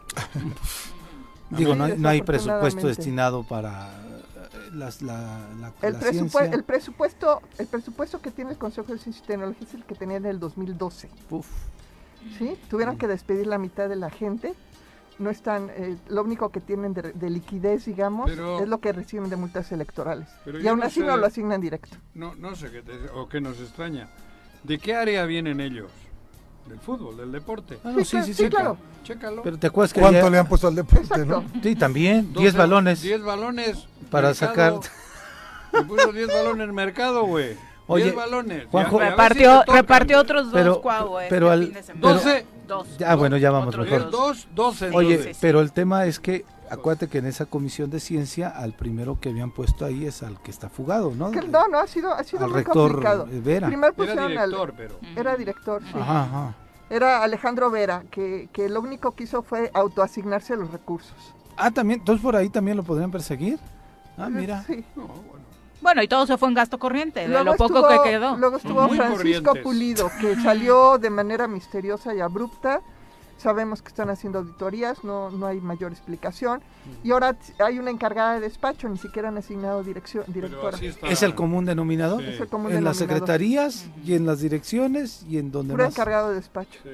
Digo, no hay presupuesto destinado para la ciencia. El presupuesto que tiene el Consejo de Ciencia y Tecnología es el que tenía en el 2012. ¿Sí? Tuvieron que despedir la mitad de la gente. No están, lo único que tienen de liquidez, digamos, es lo que reciben de multas electorales. Y aún así no lo asignan directo. No sé qué nos extraña. ¿De qué área vienen ellos? ¿Del fútbol, del deporte? Sí, claro. Chécalo. Pero te acuerdas que ¿cuánto le han puesto al deporte, no? Sí, también, 10 balones. 10 balones. Para sacar. Le puso 10 balones en el mercado, güey. 10 balones. Juanjo, repartió otros dos, pero fin de semana. 12. Bueno, ya vamos mejor. 12. Oye, pero el tema es que acuérdate que en esa comisión de ciencia al primero que habían puesto ahí es al que está fugado, ¿no? No, ha sido al muy rector complicado. Vera. Era director, pero era director, sí. Ajá. Era Alejandro Vera, que lo único que hizo fue autoasignarse los recursos. También, entonces por ahí también lo podrían perseguir. Mira. Sí. Bueno, y todo se fue en gasto corriente, de lo poco que quedó. Luego estuvo Francisco Pulido, que salió de manera misteriosa y abrupta. Sabemos que están haciendo auditorías, no hay mayor explicación. Y ahora hay una encargada de despacho, ni siquiera han asignado directora. ¿Es el común denominador? Sí. Es el común en las secretarías y en las direcciones y en donde puro más. Encargado de despacho.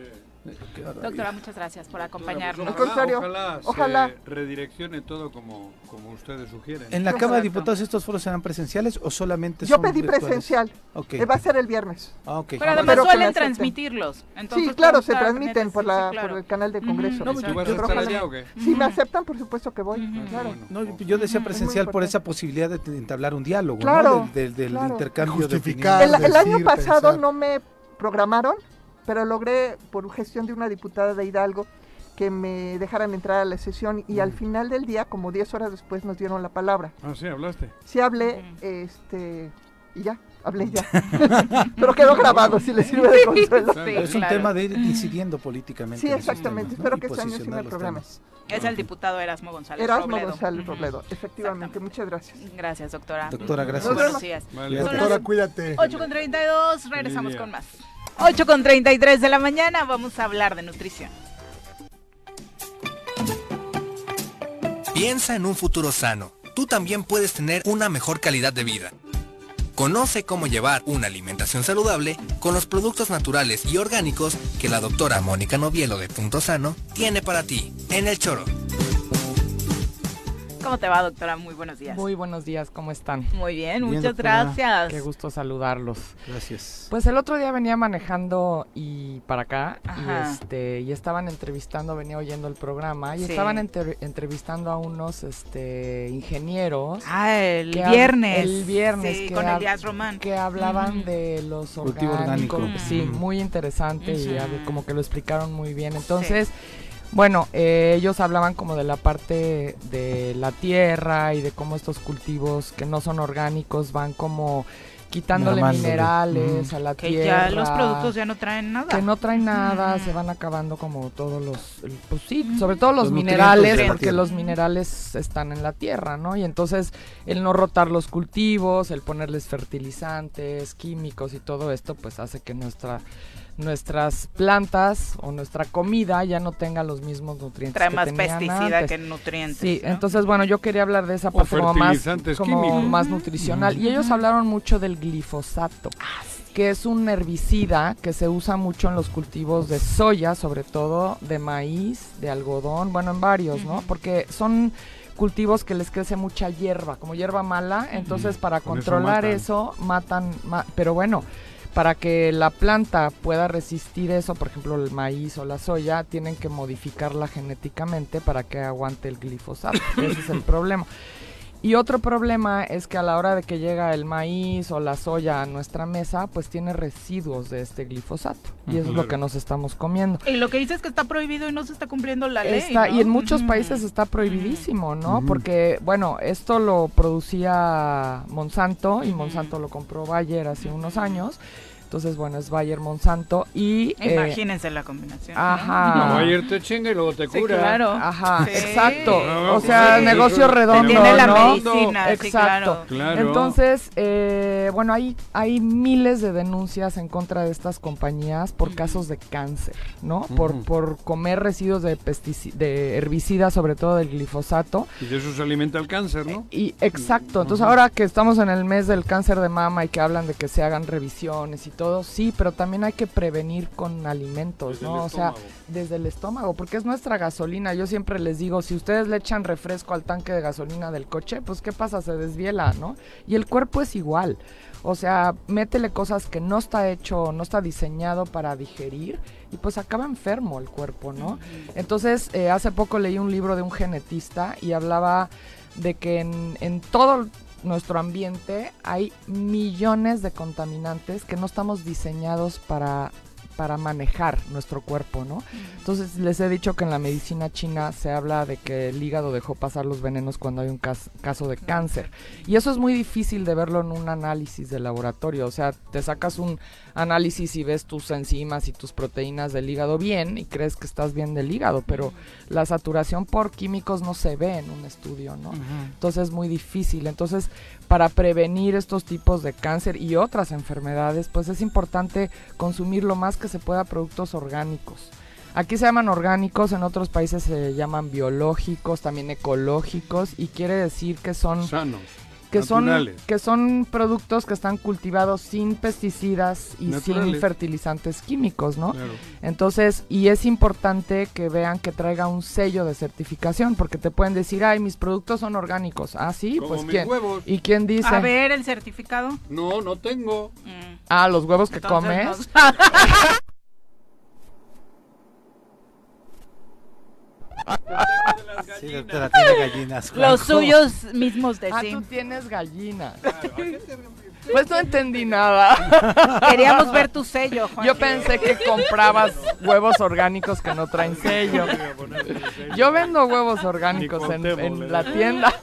Doctora, muchas gracias por acompañarnos. Al contrario, ojalá se redireccione todo como ustedes sugieren. ¿En la Cámara de Diputados estos foros serán presenciales o solamente yo son pedí virtuales? presencial. Okay. Va a ser el viernes. Okay. Pero además suelen transmitirlos. Entonces, sí, claro, se transmiten por el canal de Congreso. ¿Tú vas a estar allá o qué? Si me aceptan, por supuesto que voy. Claro. No, yo decía presencial por esa posibilidad de entablar un diálogo, claro, ¿no? Del claro. intercambio de justificar. El año pasado no me programaron, pero logré, por gestión de una diputada de Hidalgo, que me dejaran entrar a la sesión y al final del día, como 10 horas después, nos dieron la palabra. Ah, sí, hablaste. Sí, hablé, y ya, hablé ya. Pero quedó grabado, si le sirve de consuelo. Sí, es un tema de ir incidiendo políticamente. Sí, exactamente. Espero que este año sí me programes. Es el diputado Erasmo González Robledo, efectivamente. Muchas gracias. Gracias, doctora. Doctora, gracias. Buenos días. Vale. Doctora, cuídate. 8:32, regresamos con más. 8:33 de la mañana, vamos a hablar de nutrición. Piensa en un futuro sano. Tú también puedes tener una mejor calidad de vida. Conoce cómo llevar una alimentación saludable con los productos naturales y orgánicos que la doctora Mónica Novielo de Punto Sano tiene para ti en El Choro. ¿Cómo te va, doctora? Muy buenos días. Muy buenos días, ¿cómo están? Muy bien, muchas gracias. Qué gusto saludarlos. Gracias. Pues el otro día venía manejando y para acá y estaban entrevistando, venía oyendo el programa y estaban entrevistando a unos ingenieros. El viernes. El viernes. Sí, que con Elías Román. Que hablaban de los orgánicos. Sí, muy interesante y como que lo explicaron muy bien. Entonces... Bueno, ellos hablaban como de la parte de la tierra y de cómo estos cultivos que no son orgánicos van como quitándole minerales a la tierra. Que ya los productos ya no traen nada. Que no traen nada, se van acabando como todos pues sí, sobre todo los minerales, porque los minerales están en la tierra, ¿no? Y entonces el no rotar los cultivos, el ponerles fertilizantes, químicos y todo esto, pues hace que nuestras plantas o nuestra comida ya no tenga los mismos nutrientes. Trae más pesticida que nutrientes. Sí, ¿no? Entonces bueno, yo quería hablar de esa parte más nutricional. Y ellos hablaron mucho del glifosato, que es un herbicida que se usa mucho en los cultivos de soya, sobre todo de maíz, de algodón, bueno, en varios, ¿no? Porque son cultivos que les crece mucha hierba, como hierba mala, entonces para controlar eso matan, pero bueno, para que la planta pueda resistir eso, por ejemplo el maíz o la soya, tienen que modificarla genéticamente para que aguante el glifosato. Ese es el problema. Y otro problema es que a la hora de que llega el maíz o la soya a nuestra mesa, pues tiene residuos de este glifosato. Y eso es lo que nos estamos comiendo. Y lo que dice es que está prohibido y no se está cumpliendo la ley, ¿no? Y en muchos países está prohibidísimo, ¿no? Porque, bueno, esto lo producía Monsanto y Monsanto lo compró Bayer hace unos años. Entonces, bueno, es Bayer Monsanto y... Imagínense la combinación. Ajá. No, Bayer te chinga y luego te cura. Sí, claro. Ajá, sí. Exacto. O sea, negocio redondo, tiene la ¿no? medicina, Exacto. Sí, claro. Entonces, bueno, hay miles de denuncias en contra de estas compañías por casos de cáncer, ¿no? Por comer residuos de herbicidas, sobre todo del glifosato. Y de eso se alimenta el cáncer, ¿no? Y exacto. Entonces, ahora que estamos en el mes del cáncer de mama y que hablan de que se hagan revisiones y todo, sí, pero también hay que prevenir con alimentos, ¿no? O sea, desde el estómago, porque es nuestra gasolina. Yo siempre les digo, si ustedes le echan refresco al tanque de gasolina del coche, pues ¿qué pasa? Se desviela, ¿no? Y el cuerpo es igual. O sea, métele cosas que no está hecho, no está diseñado para digerir y pues acaba enfermo el cuerpo, ¿no? Entonces, hace poco leí un libro de un genetista y hablaba de que en todo nuestro ambiente hay millones de contaminantes que no estamos diseñados para manejar nuestro cuerpo, ¿no? Entonces les he dicho que en la medicina china se habla de que el hígado dejó pasar los venenos cuando hay un caso de cáncer, y eso es muy difícil de verlo en un análisis de laboratorio. O sea, te sacas un análisis y ves tus enzimas y tus proteínas del hígado bien y crees que estás bien del hígado, pero la saturación por químicos no se ve en un estudio, ¿no? Entonces es muy difícil. Entonces, para prevenir estos tipos de cáncer y otras enfermedades, pues es importante consumir lo más que se pueda productos orgánicos. Aquí se llaman orgánicos, en otros países se llaman biológicos, también ecológicos, y quiere decir que son sanos. que son productos que están cultivados sin pesticidas y sin fertilizantes químicos, ¿no? Claro. Entonces, y es importante que vean que traiga un sello de certificación, porque te pueden decir, ay, mis productos son orgánicos. Ah, sí, como pues ¿quién? Huevos. ¿Y quién dice? A ver, el certificado. No tengo. Ah, los huevos que comes. No. Sí, doctora, tiene gallinas. Juanjo. Los suyos mismos de sí. Tú tienes gallinas. Claro, pues no entendí nada. Queríamos ver tu sello, Juan. Yo pensé que comprabas huevos orgánicos que no traen sello. Yo vendo huevos orgánicos en la tienda.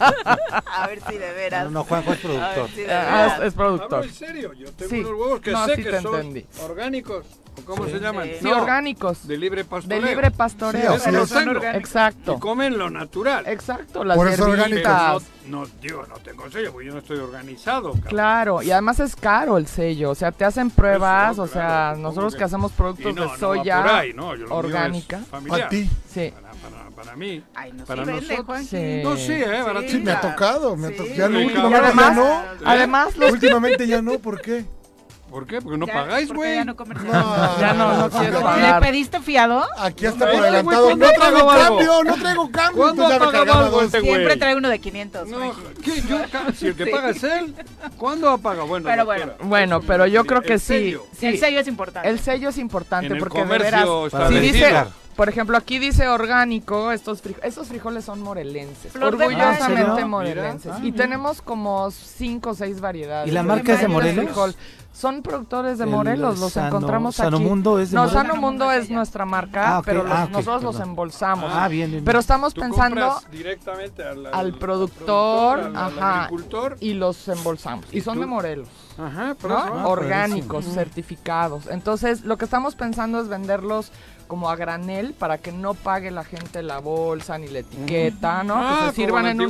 A ver si de veras. No, Juanjo es productor. Si es productor. ¿Hablo en serio? Yo tengo unos huevos que sé que son orgánicos. ¿Cómo se llaman? Sí, orgánicos. De libre pastoreo. De libre pastoreo. Sí, los tengo. Exacto. Y comen lo natural. Exacto, las por eso orgánicas. No tengo sello, porque yo no estoy organizado. Cabrón. Claro, y además es caro el sello. O sea, te hacen pruebas, no, o sea, claro, nosotros que hacemos productos de soya no va por ahí, no, yo lo orgánica. mío es familiar. ¿A ti? Sí. Para mí. Ay, no para sí nosotros. vende, Juan. Sí. No, sí, Sí, me ha tocado. Ya no, Sí, últimamente además, ya no. Además, Últimamente ya no, ¿por qué? ¿Por qué? Porque no Ya, pagáis, porque güey. ya no comercial. ya no quiero pagar. ¿Le pediste fiado? Aquí está por Ay, güey, adelantado. ¿cuándo No traigo pagaba algo? cambio, no traigo cambio. ¿Cuándo Entonces ya me ha pagado cargaba algo dos. este güey? Siempre trae uno de 500. No, Juan. ¿qué? Si el que paga es él, ¿cuándo ha pagado? Bueno, Pero doctora, Bueno, pero yo creo que el sí. sello. Sí. El sello es importante. El sello es importante En el porque de comercio veras, si dice, establecido. por ejemplo, aquí dice orgánico, estos frijoles son morelenses, Flor de orgullosamente ¿en serio? morelenses. Mira. Y tenemos como 5 o 6 variedades. ¿Y la marca es de Morelos? Frijol. Son productores de El Morelos, los encontramos aquí. ¿Sanomundo es de No, Morelos? Sanomundo es nuestra marca, ok, pero ok, nosotros los perdón. embolsamos. Bien. Pero estamos Tú pensando compras directamente al productor, al ajá, agricultor. y los embolsamos. Y son tú- de Morelos. Ajá, por ¿no? eso. Orgánicos, certificados. Entonces, lo que estamos pensando es venderlos como a granel para que no pague la gente la bolsa ni la etiqueta, ¿no? Que se sirvan en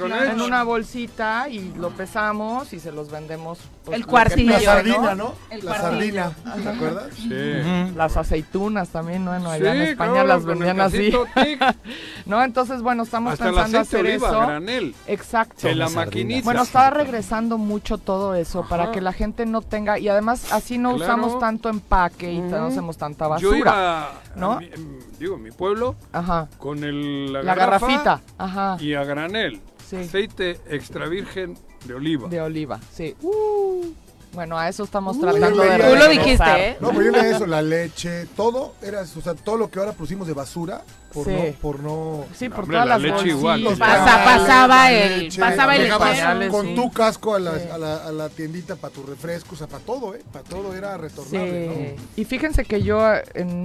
una bolsita y lo pesamos y se los vendemos. Pues, el cuartillo. La sardina, ¿no? El La cuartillo. sardina, ¿te acuerdas? Sí. Las aceitunas también, ¿no? Allá Sí, en España claro, las con el vendían así. casito tic. ¿No? Entonces, bueno, estamos Hasta el pensando aceite hacer de oliva, eso. granel. Exacto. De la Son las maquinita. Bueno, está regresando mucho todo eso para que la gente no tenga, y además así no Claro. usamos tanto empaque y no hacemos tanta Yo basura. iba ¿no? Mi pueblo, Ajá. con La garrafita, ajá. y a granel, Sí. aceite extra virgen de oliva. De oliva, sí. Bueno, a eso estamos tratando de Tú regresar. lo dijiste, ¿eh? No, pero yo leí eso, la leche, todo era, o sea, todo lo que ahora pusimos de basura, por Sí. no Sí, por Hombre, todas la las leche bolsitas. igual. Los Pasaba leche, el llegabas pañales, con sí. tu casco a la, Sí. a la tiendita para tus refrescos, o sea, para todo, para todo era Sí. retornable, Y fíjense que yo en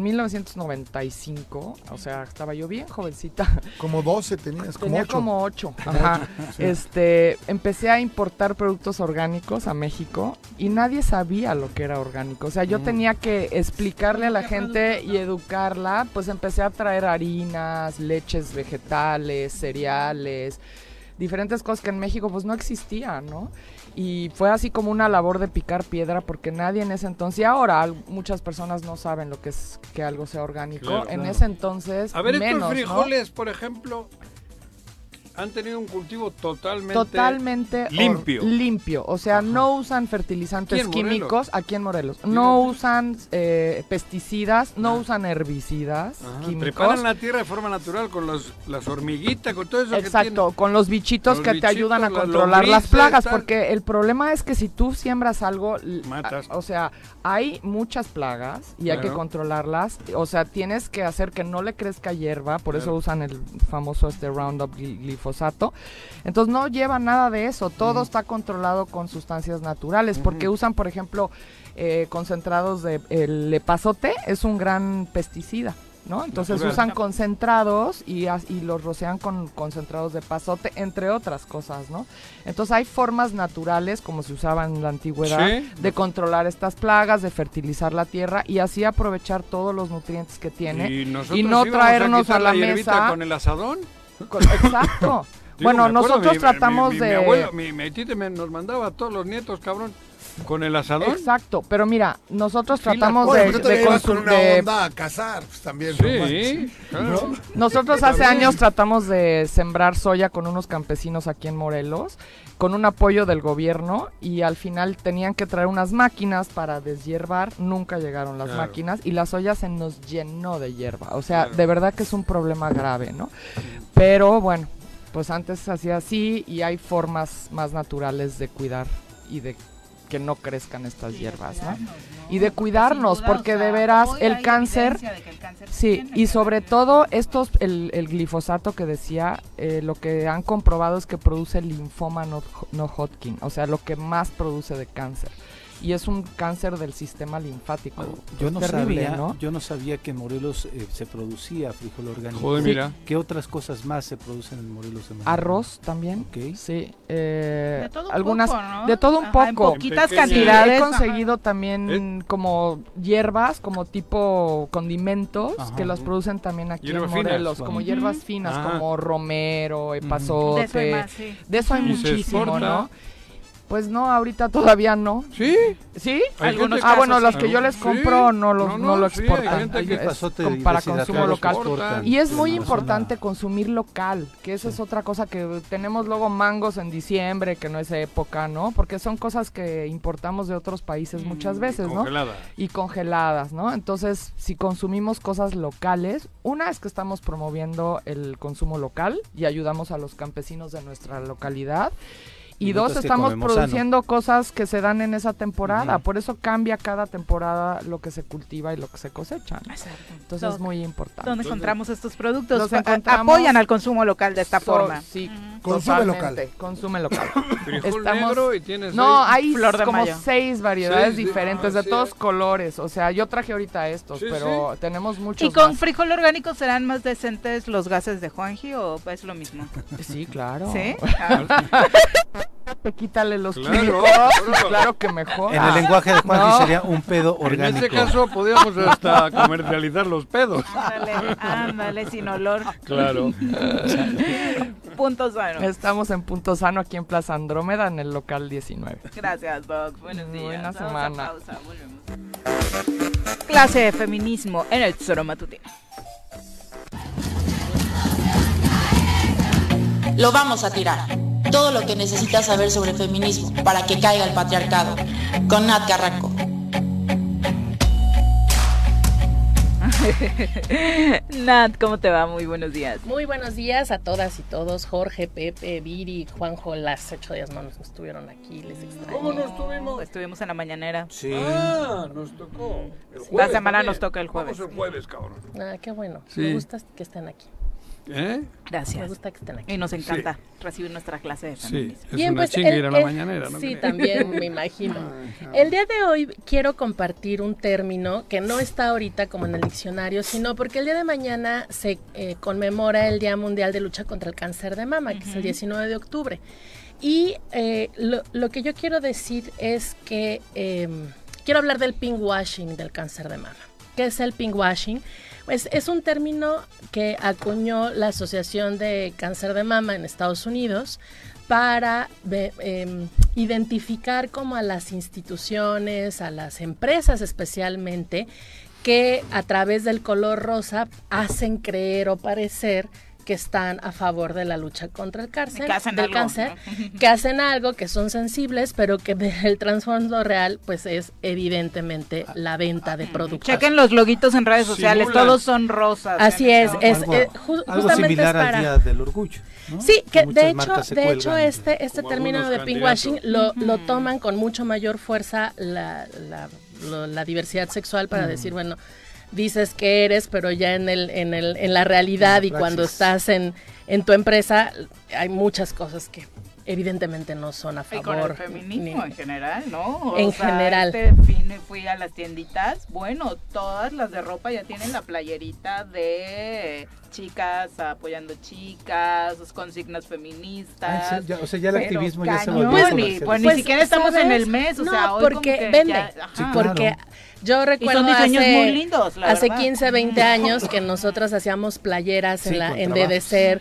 1995, o sea, estaba yo bien jovencita. ¿no? Como 12 tenías, como Tenía 8. como 8. Ajá. Empecé a importar productos orgánicos a México y nadie sabía lo que era orgánico. O sea, yo tenía que explicarle a la gente y educarla. Pues empecé a traer harinas, leches vegetales, cereales, diferentes cosas que en México pues no existían, ¿no? Y fue así como una labor de picar piedra porque nadie en ese entonces, y ahora muchas personas no saben lo que es que algo sea orgánico. Claro, en claro. ese entonces A ver, menos, estos ¿no? frijoles, por ejemplo, han tenido un cultivo totalmente limpio. limpio, o sea, no usan fertilizantes ¿Aquí en químicos aquí en Morelos, no usan pesticidas, no usan herbicidas químicos. Preparan la tierra de forma natural con las hormiguitas, con todo eso Exacto, con los bichitos Los que te ayudan a bichitos, las controlar las lombrices, plagas, tal. porque el problema es que si tú siembras algo, Matas. o sea, hay muchas plagas y hay que Claro. controlarlas, o sea, tienes que hacer que no le crezca hierba, por eso Claro. usan el famoso Roundup glifosato. Entonces no lleva nada de eso, todo está controlado con sustancias naturales, porque usan, por ejemplo, concentrados de el epazote, es un gran pesticida, ¿no? Entonces Natural. usan concentrados y los rocean con concentrados de epazote, entre otras cosas, ¿no? Entonces hay formas naturales, como se usaba en la antigüedad, Sí. de controlar estas plagas, de fertilizar la tierra y así aprovechar todos los nutrientes que tiene Y nosotros y no íbamos traernos quitar a la hierbita mesa con el asadón. Exacto. Digo, Bueno, me acuerdo, nosotros tratamos mi de... abuelo, mi tite nos mandaba a todos los nietos, cabrón. ¿Con el asadón? Exacto, pero mira, nosotros Sí, tratamos oye, de, pero tú te de llevas con consumir... una onda a cazar, pues también. Sí, claro. Nosotros hace años tratamos de sembrar soya con unos campesinos aquí en Morelos, con un apoyo del gobierno, y al final tenían que traer unas máquinas para deshiervar, nunca llegaron las máquinas, y la soya se nos llenó de hierba. O sea, de verdad que es un problema grave, ¿no? Pero bueno, pues antes se hacía así, y hay formas más naturales de cuidar y de que no crezcan estas hierbas, ¿no? Y de cuidarnos, duda, porque o sea, de veras hoy el hay cáncer, evidencia de que el cáncer sí, tiene, y sobre todo el glifosato que decía, lo que han comprobado es que produce linfoma no Hodgkin, o sea, lo que más produce de cáncer. Y es un cáncer del sistema linfático. Yo no terrible, sabía, ¿no? yo no sabía que en Morelos se producía frijol orgánico. Joder, mira. ¿Qué otras cosas más se producen en Morelos de manera? Arroz también, Ok. sí. De todo un algunas, poco, ¿no? de todo un Ajá, en poco. poquitas Sí, cantidades. he conseguido también como hierbas, como tipo condimentos, Ajá. que las producen también aquí Hierbas en Morelos, finas. como Ujú. hierbas finas, Ajá. como romero, epazote. De eso hay más, sí. De eso hay Y se muchísimo, exporta. ¿no? Pues no, ahorita todavía no. ¿Sí? ¿Sí? Hay Algunos gente que- Bueno, los sí. que yo les Sí. compro no lo sí, hay exportan. gente que- Es epazote como para deshidratado consumo lo local. exportan. Y es muy En la importante zona. consumir local, que esa es otra cosa que tenemos luego mangos en diciembre, que no es época, ¿no? Porque son cosas que importamos de otros países muchas veces, ¿no? Congelada. Y congeladas, ¿no? Entonces, si consumimos cosas locales, una es que estamos promoviendo el consumo local y ayudamos a los campesinos de nuestra localidad. Y dos, otras que estamos comemos produciendo cosas que se dan en esa temporada. Ujú. Por eso cambia cada temporada lo que se cultiva y lo que se cosecha, ¿no? Exacto. Entonces es muy importante. ¿Dónde encontramos estos productos? Los encontramos- Apoyan al consumo local de esta forma. Sí, Consume totalmente. local. Consume local. Frijol negro y tienes No, ahí- hay Flor de como mayo. 6 variedades Sí, diferentes, de sí. todos colores. O sea, yo traje ahorita estos, Sí, pero tenemos muchos ¿Y con más. frijol orgánico serán más decentes los gases de Juanji o es lo mismo? Sí, claro. ¿Sí? Quítale los Claro, químicos. claro. Claro que mejor. En el lenguaje de Juanji No. sería un pedo En orgánico. este caso podríamos hasta comercializar los pedos. Ándale, sin olor. Claro. Punto sano. Estamos en Punto Sano aquí en Plaza Andrómeda en el local 19. Gracias, Doc. Buenos días. Buena Vamos a semana. pausa, volvemos. Clase de feminismo en el Tesoro Matutino. Lo vamos a tirar. Todo lo que necesitas saber sobre feminismo para que caiga el patriarcado. Con Nat Carranco. Nat, ¿cómo te va? Muy buenos días. Muy buenos días a todas y todos. Jorge, Pepe, Viri, Juanjo, las 8 días más no estuvieron aquí, les extraño. ¿Cómo no estuvimos? Estuvimos en la mañanera. Sí. Ah, nos tocó. El La jueves semana también. nos toca el jueves. Vamos el jueves, cabrón. Ah, qué bueno. Sí. Me gusta que estén aquí. ¿Eh? Gracias. Me gusta que estén aquí. Y nos encanta recibir nuestra clase de Sí, feminismo. es una chinga ir a la mañanera, ¿no? Sí, crees? también me imagino. El día de hoy quiero compartir un término que no está ahorita como en el diccionario, sino porque el día de mañana se conmemora el Día Mundial de Lucha contra el Cáncer de Mama, que es el 19 de octubre. Y lo que yo quiero decir es que quiero hablar del pinkwashing del cáncer de mama. ¿Qué es el pinkwashing? Pues es un término que acuñó la Asociación de Cáncer de Mama en Estados Unidos para identificar como a las instituciones, a las empresas especialmente, que a través del color rosa hacen creer o parecer que están a favor de la lucha contra el cáncer, Que hacen algo, que hacen algo, que son sensibles, pero que el trasfondo real pues es evidentemente la venta de productos. Chequen los loguitos en redes sociales, Simulan. todos son rosas. Así es, Algo justamente similar es para... al Día del Orgullo, ¿no? Sí, que muchas de marcas se hecho cuelgan. este Como término algunos de pinkwashing candidatos. lo toman con mucho mayor fuerza la diversidad sexual para decir, bueno, dices que eres, pero ya en la realidad y cuando estás en tu empresa hay muchas cosas que evidentemente no son a Y favor. con el feminismo en general, ¿no? En general. Este fin fui a las tienditas, bueno, todas las de ropa ya tienen la playerita de chicas apoyando chicas, sus consignas feministas. Ah, sí, o sea, ya el pero activismo ya se cañón. volvió Pues ni comercial. siquiera estamos en el mes, o no, sea, hoy porque como que vende, ya- ajá. Sí, porque claro. yo recuerdo son diseños muy lindos, la hace verdad. 15, 20 años que nosotras hacíamos playeras Sí, en con en trabajos. DDCer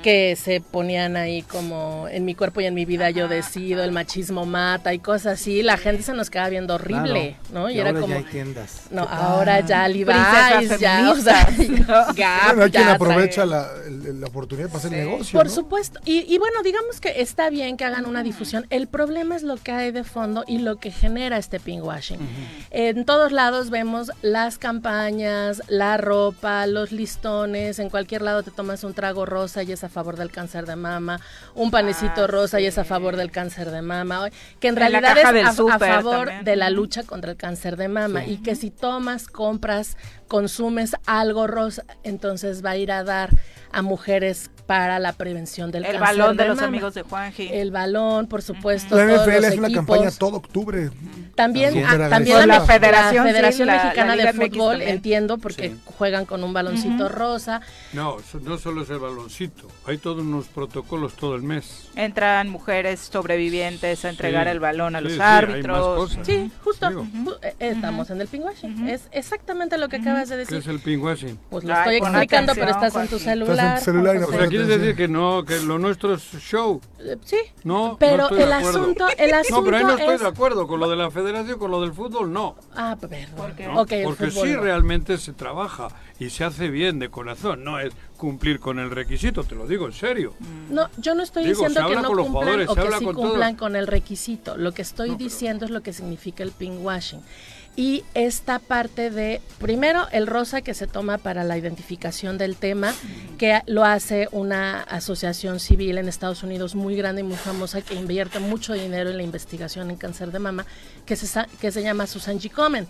que se ponían ahí como en mi cuerpo y en mi vida yo decido, el machismo mata y cosas así, la gente se nos quedaba viendo horrible, ¿no? Y era ahora como ya hay tiendas. No, ahora ya Princesas Levi's, ya, o sea, Gap, Bueno, hay quien ya aprovecha trae- la oportunidad para hacer negocio, Por ¿no? supuesto. Y bueno, digamos que está bien que hagan una difusión. El problema es lo que hay de fondo y lo que genera este pinkwashing. En todos lados vemos las campañas, la ropa, los listones. En cualquier lado te tomas un trago rosa y es a favor del cáncer de mama. Un panecito rosa y es a favor del cáncer de mama. Que en En la realidad caja es del a súper favor también. de la lucha contra el cáncer de mama. Y que si tomas, compras, consumes algo rosa, entonces va a ir a dar a mujeres para la prevención del El cáncer balón de de los mama. amigos de Juanji. El balón, por supuesto. La todos NFL los es una equipos. campaña todo octubre. También, También. también la la Federación, Federación sí, la Mexicana Liga de MX Fútbol, también. entiendo, porque juegan con un baloncito rosa. No, no solo es el baloncito, hay todos unos protocolos todo el mes. Entran mujeres sobrevivientes a entregar Sí, el balón a sí, los sí, hay más árbitros. cosas. Sí, justo. Digo. Estamos en el pinkwashing. Es exactamente lo que acabas de ¿Qué decir. es el pinkwashing? Pues lo estoy explicando, pero estás en tu celular. Estás en tu celular y no José. O sea, ¿quieres decir que no, que lo nuestro es show? Sí. No, Pero no estoy de el acuerdo. asunto No, pero ahí no estoy es- de acuerdo con lo de la federación, con lo del fútbol, no. Ah, perdón. ¿no? Ok, el Porque fútbol sí no. realmente se trabaja y se hace bien de corazón, no es cumplir con el requisito, te lo digo en serio. No, yo no estoy Digo, diciendo se que habla no con los cumplan jugadores, o se que habla sí con cumplan todos. con el requisito. Lo que estoy diciendo es lo que significa el pinkwashing. Y esta parte de, primero, el rosa que se toma para la identificación del tema, que lo hace una asociación civil en Estados Unidos muy grande y muy famosa que invierte mucho dinero en la investigación en cáncer de mama, que se llama Susan G. Komen.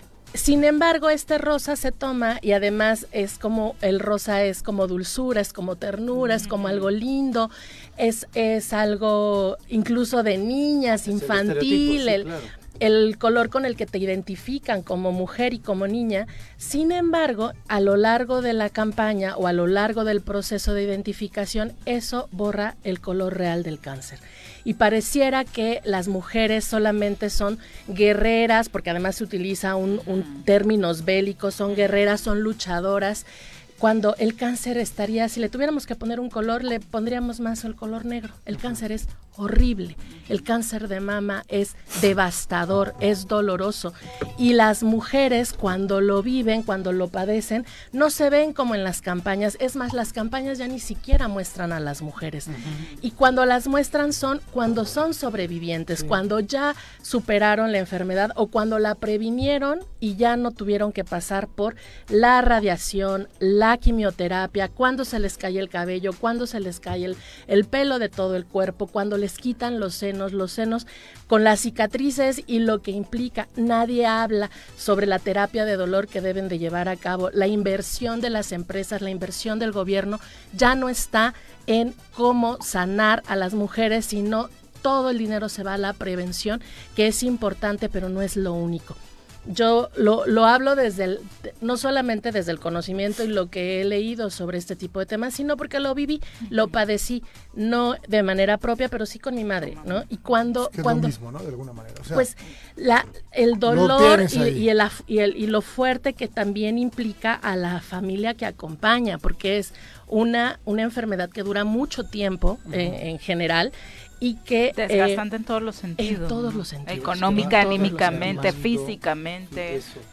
Sin embargo, este rosa se toma y además es como, el rosa es como dulzura, es como ternura, es como algo lindo, es algo incluso de niñas, infantil, el color con el que te identifican como mujer y como niña. Sin embargo, a lo largo de la campaña o a lo largo del proceso de identificación, eso borra el color real del cáncer. Y pareciera que las mujeres solamente son guerreras, porque además se utiliza un términos bélicos, son guerreras, son luchadoras, cuando el cáncer estaría, si le tuviéramos que poner un color, le pondríamos más el color negro. El cáncer es horrible, el cáncer de mama es devastador, es doloroso. Y las mujeres cuando lo viven, cuando lo padecen, no se ven como en las campañas. Es más, las campañas ya ni siquiera muestran a las mujeres. Y cuando las muestran cuando son sobrevivientes, cuando ya superaron la enfermedad o cuando la previnieron y ya no tuvieron que pasar por la radiación, la quimioterapia, cuando se les cae el cabello, cuando se les cae el pelo de todo el cuerpo, cuando les quitan los senos con las cicatrices y lo que implica. Nadie habla sobre la terapia de dolor que deben de llevar a cabo. La inversión de las empresas, la inversión del gobierno ya no está en cómo sanar a las mujeres, sino todo el dinero se va a la prevención, que es importante, pero no es lo único. Yo lo hablo no solamente desde el conocimiento y lo que he leído sobre este tipo de temas, sino porque lo viví, lo padecí, no de manera propia, pero sí con mi madre, ¿no? Y cuando Es lo mismo, ¿no? De alguna manera. O sea, pues el dolor y lo fuerte que también implica a la familia que acompaña, porque es una enfermedad que dura mucho tiempo en general, y que desgastante en todos los sentidos. En todos los sentidos. Económica, anímicamente, físicamente.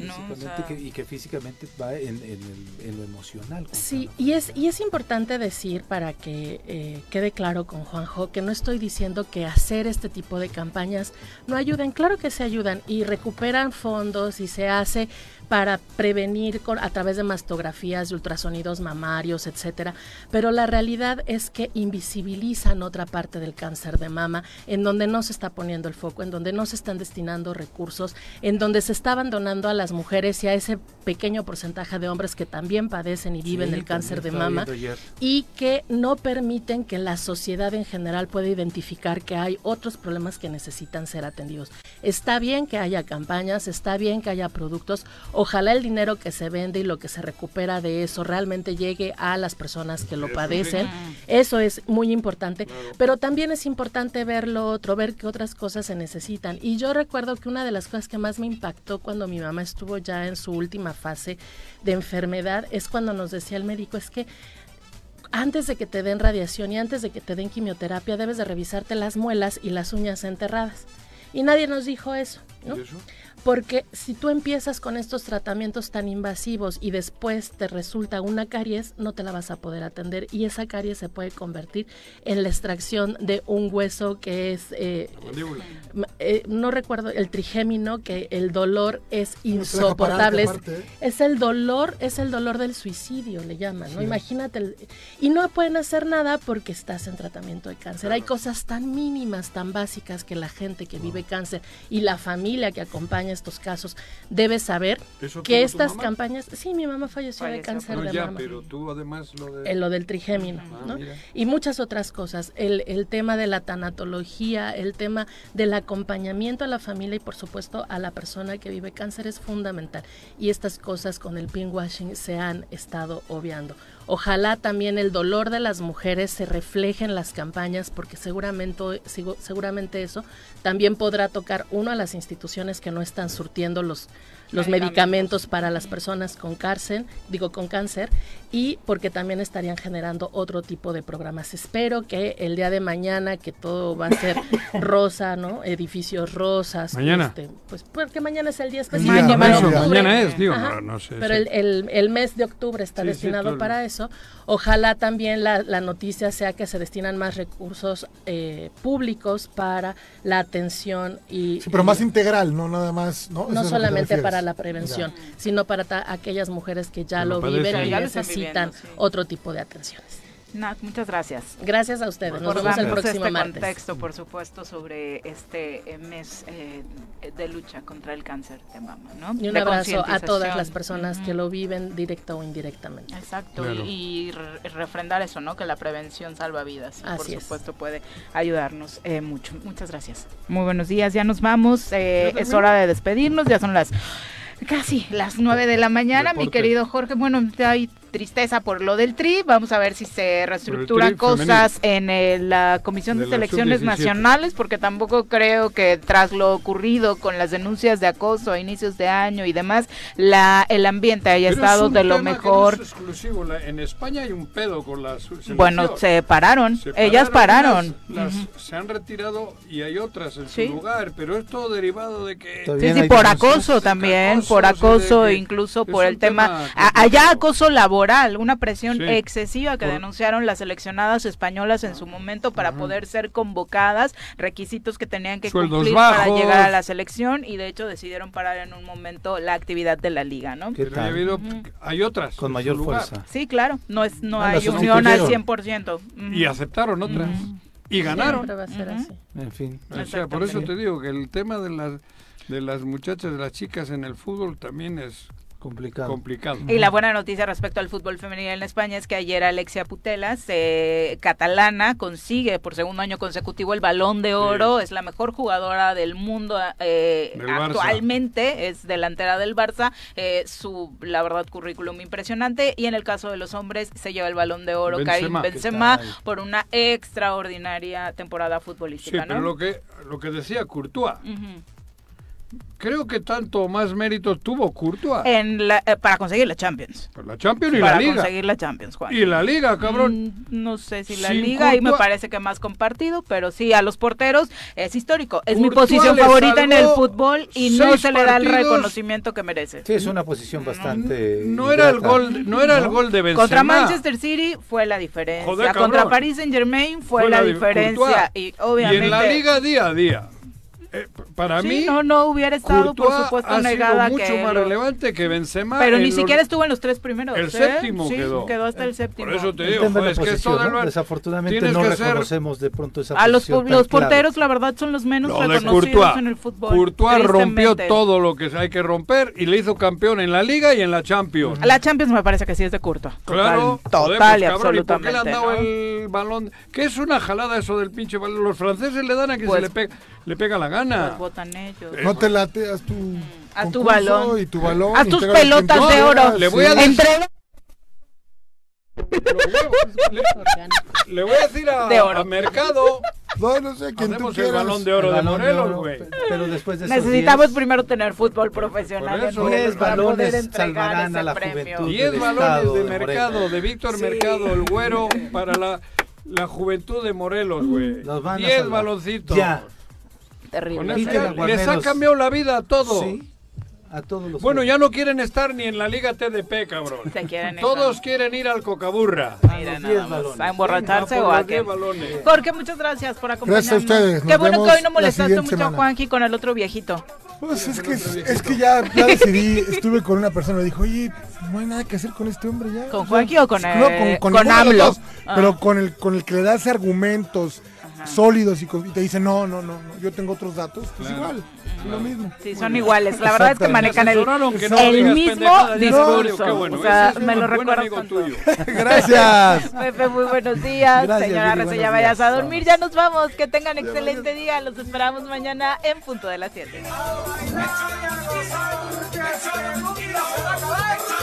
Y que físicamente va en lo emocional. Sí, y es importante decir, para que quede claro con Juanjo, que no estoy diciendo que hacer este tipo de campañas no ayuden. Claro que se ayudan y recuperan fondos y se hace para prevenir a través de mastografías, de ultrasonidos mamarios, etcétera, pero la realidad es que invisibilizan otra parte del cáncer de mama, en donde no se está poniendo el foco, en donde no se están destinando recursos, en donde se está abandonando a las mujeres y a ese pequeño porcentaje de hombres que también padecen y viven el cáncer de mama, y que no permiten que la sociedad en general pueda identificar que hay otros problemas que necesitan ser atendidos. Está bien que haya campañas, está bien que haya productos. Ojalá el dinero que se vende y lo que se recupera de eso realmente llegue a las personas que lo padecen. Eso es muy importante, pero también es importante ver lo otro, ver qué otras cosas se necesitan. Y yo recuerdo que una de las cosas que más me impactó cuando mi mamá estuvo ya en su última fase de enfermedad es cuando nos decía el médico, es que antes de que te den radiación y antes de que te den quimioterapia, debes de revisarte las muelas y las uñas enterradas. Y nadie nos dijo eso, ¿no? ¿Y eso? Porque si tú empiezas con estos tratamientos tan invasivos y después te resulta una caries, no te la vas a poder atender y esa caries se puede convertir en la extracción de un hueso que es, no recuerdo, el trigémino, que el dolor es insoportable. Es el dolor del suicidio, le llaman, ¿no? Sí. Imagínate, y no pueden hacer nada porque estás en tratamiento de cáncer. Hay cosas tan mínimas, tan básicas que la gente que vive cáncer y la familia que acompaña estos casos debe saber que estas campañas, sí, mi mamá falleció de cáncer de mama. Pero tú además lo del trigémino, ¿no? Y muchas otras cosas, el tema de la tanatología, el tema del acompañamiento a la familia y por supuesto a la persona que vive cáncer es fundamental, y estas cosas con el pinkwashing se han estado obviando. Ojalá también el dolor de las mujeres se refleje en las campañas, porque seguramente eso también podrá tocar a las instituciones que no están surtiendo los medicamentos para las personas con cáncer, y porque también estarían generando otro tipo de programas. Espero que el día de mañana, que todo va a ser rosa, ¿no? Edificios rosas. Mañana. Pues porque mañana es el día especial. Mañana es, digo, no sé. Pero el mes de octubre está destinado para eso. Ojalá también la noticia sea que se destinan más recursos públicos para la atención y... Sí, pero más integral, no nada más... No solamente para la prevención, sino para aquellas mujeres que ya lo viven y necesitan otro tipo de atenciones. Nat, muchas gracias. Gracias a ustedes. Nos vemos el próximo martes. Contexto, por supuesto, sobre este mes de lucha contra el cáncer de mama, ¿no? Y un abrazo a todas las personas que lo viven directa o indirectamente. Exacto, claro. y refrendar eso, ¿no? Que la prevención salva vidas. Así por supuesto puede ayudarnos mucho. Muchas gracias. Muy buenos días, ya nos vamos. Es hora de despedirnos, ya son casi las 9 de la mañana, mi querido Jorge. Bueno, hay tristeza por lo del Tri. Vamos a ver si se reestructuran cosas en la Comisión de Selecciones Nacionales, porque tampoco creo que tras lo ocurrido con las denuncias de acoso a inicios de año y demás, el ambiente haya estado de lo mejor. No es exclusivo. En España hay un pedo con las selecciones. Bueno, ellas pararon. Se han retirado y hay otras en su lugar, pero es todo derivado de que... Sí, por acoso también, por acoso, incluso por el tema... Allá acoso laboral, una presión excesiva que denunciaron las seleccionadas españolas en su momento para poder ser convocadas, requisitos que tenían que cumplir para llegar a la selección, y de hecho decidieron parar en un momento la actividad de la liga, ¿no? Hay otras con mayor fuerza. Sí, claro, no hay unión al 100%. Y aceptaron otras. Y ganaron. Va a ser así. En fin. O sea, por eso te digo que el tema de las muchachas, de las chicas en el fútbol también es complicado. Y la buena noticia respecto al fútbol femenil en España es que ayer Alexia Putellas, catalana, consigue por segundo año consecutivo el Balón de Oro. Es la mejor jugadora del mundo actualmente, es delantera del Barça. La verdad, currículum impresionante. Y en el caso de los hombres se lleva el Balón de Oro Karim Benzema por una extraordinaria temporada futbolística. Sí, pero lo que decía Courtois. Creo que tanto más mérito tuvo Courtois para conseguir la Champions. La Champions y la Liga. Para conseguir la Champions, Juan. Y la Liga, cabrón. No sé si la Liga, ahí me parece que más compartido, pero sí, a los porteros es histórico. Es mi posición favorita en el fútbol y no se le da el reconocimiento que merece. Sí, es una posición bastante... No era el gol de Benzema. Contra Manchester City fue la diferencia. Joder, contra Paris Saint-Germain fue la diferencia. Y obviamente... Y en la Liga día a día. Para mí no hubiera estado, Courtois, por supuesto, negada, mucho más relevante que Benzema, pero ni siquiera estuvo en los tres primeros. El séptimo quedó hasta el séptimo. Por eso te digo, es que desafortunadamente no reconocemos de pronto esa posición. Los porteros, la verdad, son los menos reconocidos en el fútbol. Courtois rompió todo lo que hay que romper y le hizo campeón en la Liga y en la Champions. La Champions me parece que sí es de Courtois. Claro, total y absolutamente. ¿Y por qué le han dado el balón? Que es una jalada eso del pinche balón. Los franceses le dan a que le pega la gana. Pues votan ellos. No te late, haz tu balón. Y tu balón. Haz tus pelotas de oro. Le voy a le voy a decir a Mercado. No sé quién hacemos el balón de oro de Morelos, güey. pero después de esos necesitamos primero tener fútbol profesional. Por eso, 10 para poder balones entregar salvarán ese a la premio. juventud. 10 balones de Mercado, de Víctor Mercado, el güero, para la juventud de Morelos, güey. 10 baloncitos. Ya. Terrible. Con eso les ha cambiado la vida a todos. Sí. A todos los bueno, ya no quieren estar ni en la Liga TDP, cabrón. Todos quieren ir al Cocaburra. Mira, nada más, a emborracharse o a qué. Jorge, muchas gracias por acompañarnos. Gracias a ustedes. Qué bueno que hoy no molestaste mucho semana. a Juanji con el otro viejito. Pues es que ya decidí, estuve con una persona, me dijo, oye, no hay nada que hacer con este hombre ya. ¿Con Juanji o con con AMLO? Pero con el que le das argumentos sólidos y te dice, no, yo tengo otros datos, pues igual, lo mismo. Sí, son iguales. La verdad es que manejan el mismo discurso. Bueno, o sea, me lo recuerdo. Gracias. Pepe, muy buenos días. Gracias, Señora Vicky, Reza, ya vayas a dormir. Ya nos vamos. Que tengan excelente día. Los esperamos mañana en punto de las 7.